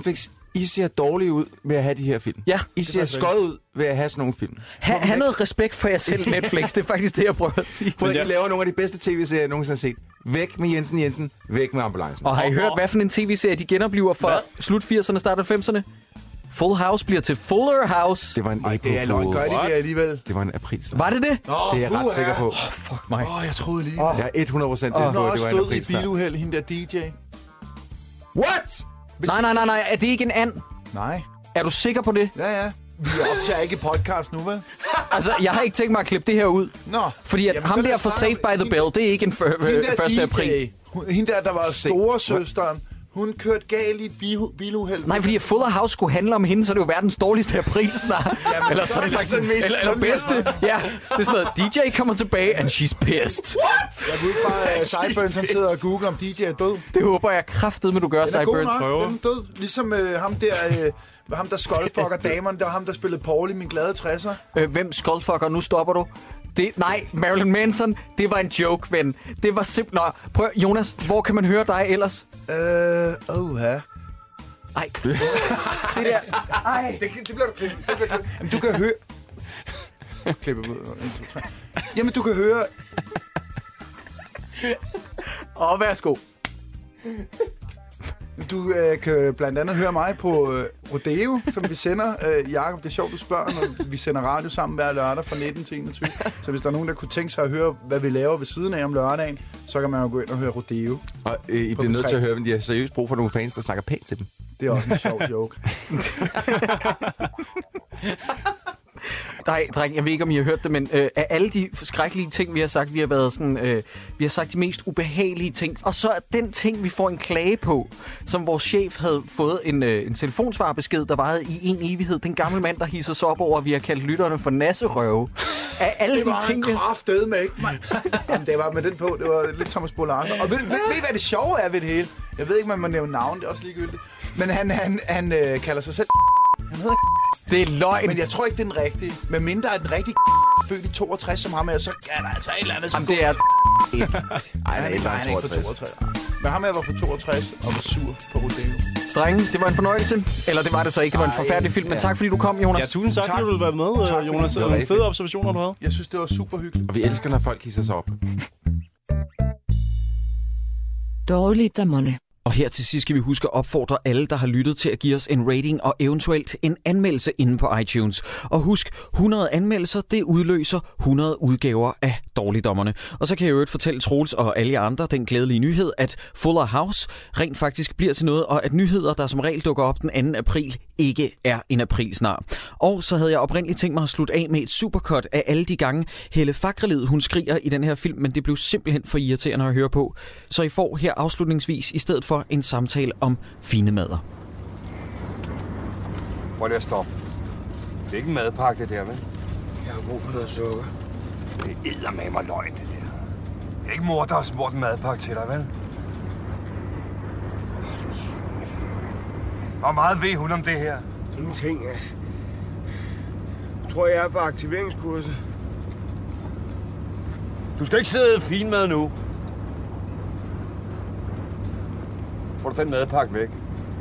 I ser dårlige ud ved at have de her film. Ja. I ser skødt ud ved at have sådan nogle film. Ha, ha' noget respekt for jer selv, Netflix. Det er faktisk det, jeg prøver at sige. Prøv, I laver nogle af de bedste tv-serier, jeg nogensinde har set. Væk med Jensen Jensen, væk med ambulancen. Og har I hørt, hvad for en tv-serie de genopliver fra slut firserne, start halvfemserne? Full House bliver til Fuller House. Det var en Ej, det er løgn. Gør de det alligevel? Det var en aprilsnær. Var det det? Oh, det er jeg ret uh, sikker på. Åh, oh, fuck mig. Åh, oh, jeg troede lige. Oh. Jeg er hundrede procent oh. den på, Hun har det også var en stået i aprilsnær. biluheld, hende der D J. What? Nej, nej, nej, nej. Er det ikke en and? Nej. Er du sikker på det? Ja, ja. Vi optager ikke podcast nu, vel? Altså, jeg har ikke tænkt mig at klippe det her ud. Nå. Fordi at Jamen, ham så lad der os for snakke Saved om- by the Bell, det er ikke en første april. Hun- Hende der, der var store søsteren. Hun kørte galt i et bihu- biluheld. Nej, fordi Fuller House skulle handle om hende, så er det jo verdens dårligste april snart. Eller så er det faktisk den mest eller, eller bedste. Ja, det er sådan noget, D J kommer tilbage, and she's pissed. What? Jeg går ud fra, at Sideburns han sidder og googler, om D J er død. Det håber jeg kraftedeme, du gør, Den er god Sideburns. nok, den er død. Ligesom øh, ham der... Øh, ham der skoldfucker damerne, det var ham, der spillede Paul i Min Glade tresser. Øh, hvem skuldfucker? Nu stopper du. Det, nej, Marilyn Manson, det var en joke, ven. Det var simpelthen... Nå, prøv, Jonas, hvor kan man høre dig ellers? Øh, åh, ja. Ej. det der... Ej. Det, det bliver du klippet. Det bliver klippet. Jamen, du kan høre... Klippe ud. Jamen, du kan høre... Og værsgo. Du øh, kan blandt andet høre mig på øh, Rodeo, som vi sender. Øh, Jakob, det er sjovt, du spørger, når vi sender radio sammen hver lørdag fra nitten til enogtyve. Så hvis der er nogen, der kunne tænke sig at høre, hvad vi laver ved siden af om lørdagen, så kan man jo gå ind og høre Rodeo. Og øh, I bliver nødt til at høre, men de har seriøst brug for nogle fans, der snakker pænt til dem. Det er også en sjov joke. Nej, dreng, jeg ved ikke, om I har hørt det, men øh, af alle de skrækkelige ting, vi har sagt, vi har været sådan, øh, vi har sagt de mest ubehagelige ting. Og så er den ting, vi får en klage på, som vores chef havde fået en, øh, en telefonsvarbesked, der varede i en evighed. Den gamle mand, der hisser sig op over, at vi har kaldt lytterne for nasserøve. Af alle det de var ting, en kraftedeme med, ikke, mand? Jamen, det var med den på. Det var lidt Thomas Bo Larsen. Og ved, ved, ved I, hvad det sjove er ved det hele? Jeg ved ikke, om man må nævne navn. Det er også ligegyldigt. Men han, han, han øh, kalder sig selv... Han hedder... Det er løgn. Men jeg tror ikke, det er den rigtige. Men mindre er den rigtige født i toogtres som ham er, så er der altså et eller andet... Jamen, det er... Ej, han er ikke på toogtres. Men ham her var fra toogtres og var sur på Rodeo. Drenge, det var en fornøjelse. Eller det var det så ikke. Det var en forfærdelig film. Men tak, fordi du kom, Jonas. Ja, tusind tak, Tak. fordi du ville være med, Tak, Jonas. det var Det var en rigtig. fed observation, du havde. Jeg synes, det var super hyggeligt. Og vi elsker, når folk hisser sig op. Dårligdommerne. Og her til sidst skal vi huske at opfordre alle, der har lyttet til at give os en rating og eventuelt en anmeldelse inde på iTunes. Og husk, hundrede anmeldelser, det udløser hundrede udgaver af Dårligdommerne. Og så kan jeg jo øvrigt fortælle Troels og alle jer andre den glædelige nyhed, at Fuller House rent faktisk bliver til noget, og at nyheder, der som regel dukker op den anden april, ikke er en aprilsnar. Og så havde jeg oprindeligt tænkt mig at slutte af med et supercut af alle de gange Helle Fagrelid, hun skriger i den her film, men det blev simpelthen for irriterende at høre på. Så I får her afslutningsvis i stedet for en samtale om fine mader. Prøv lige at stoppe. Det er ikke en madpakke, det der, vel? Jeg har brug for noget sukker. Det er eddermame og løgn, det der. Det er ikke mor, der har smurt en madpakke til dig, vel? Hvor meget ved hun om det her? Ingenting. Jeg tror, jeg er på aktiveringskurset. Du skal ikke sidde finmad nu. Får du den madpakke væk?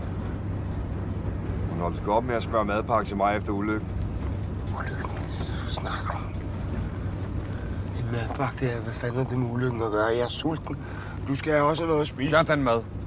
Og når du skal op med at smøre madpakke til mig efter ulykken. Ulykken? Hvad snakker du om? En madpakke, det er, hvad fanden er det med ulykken at gøre? Jeg er sulten. Du skal have også noget at spise. Fjern den mad.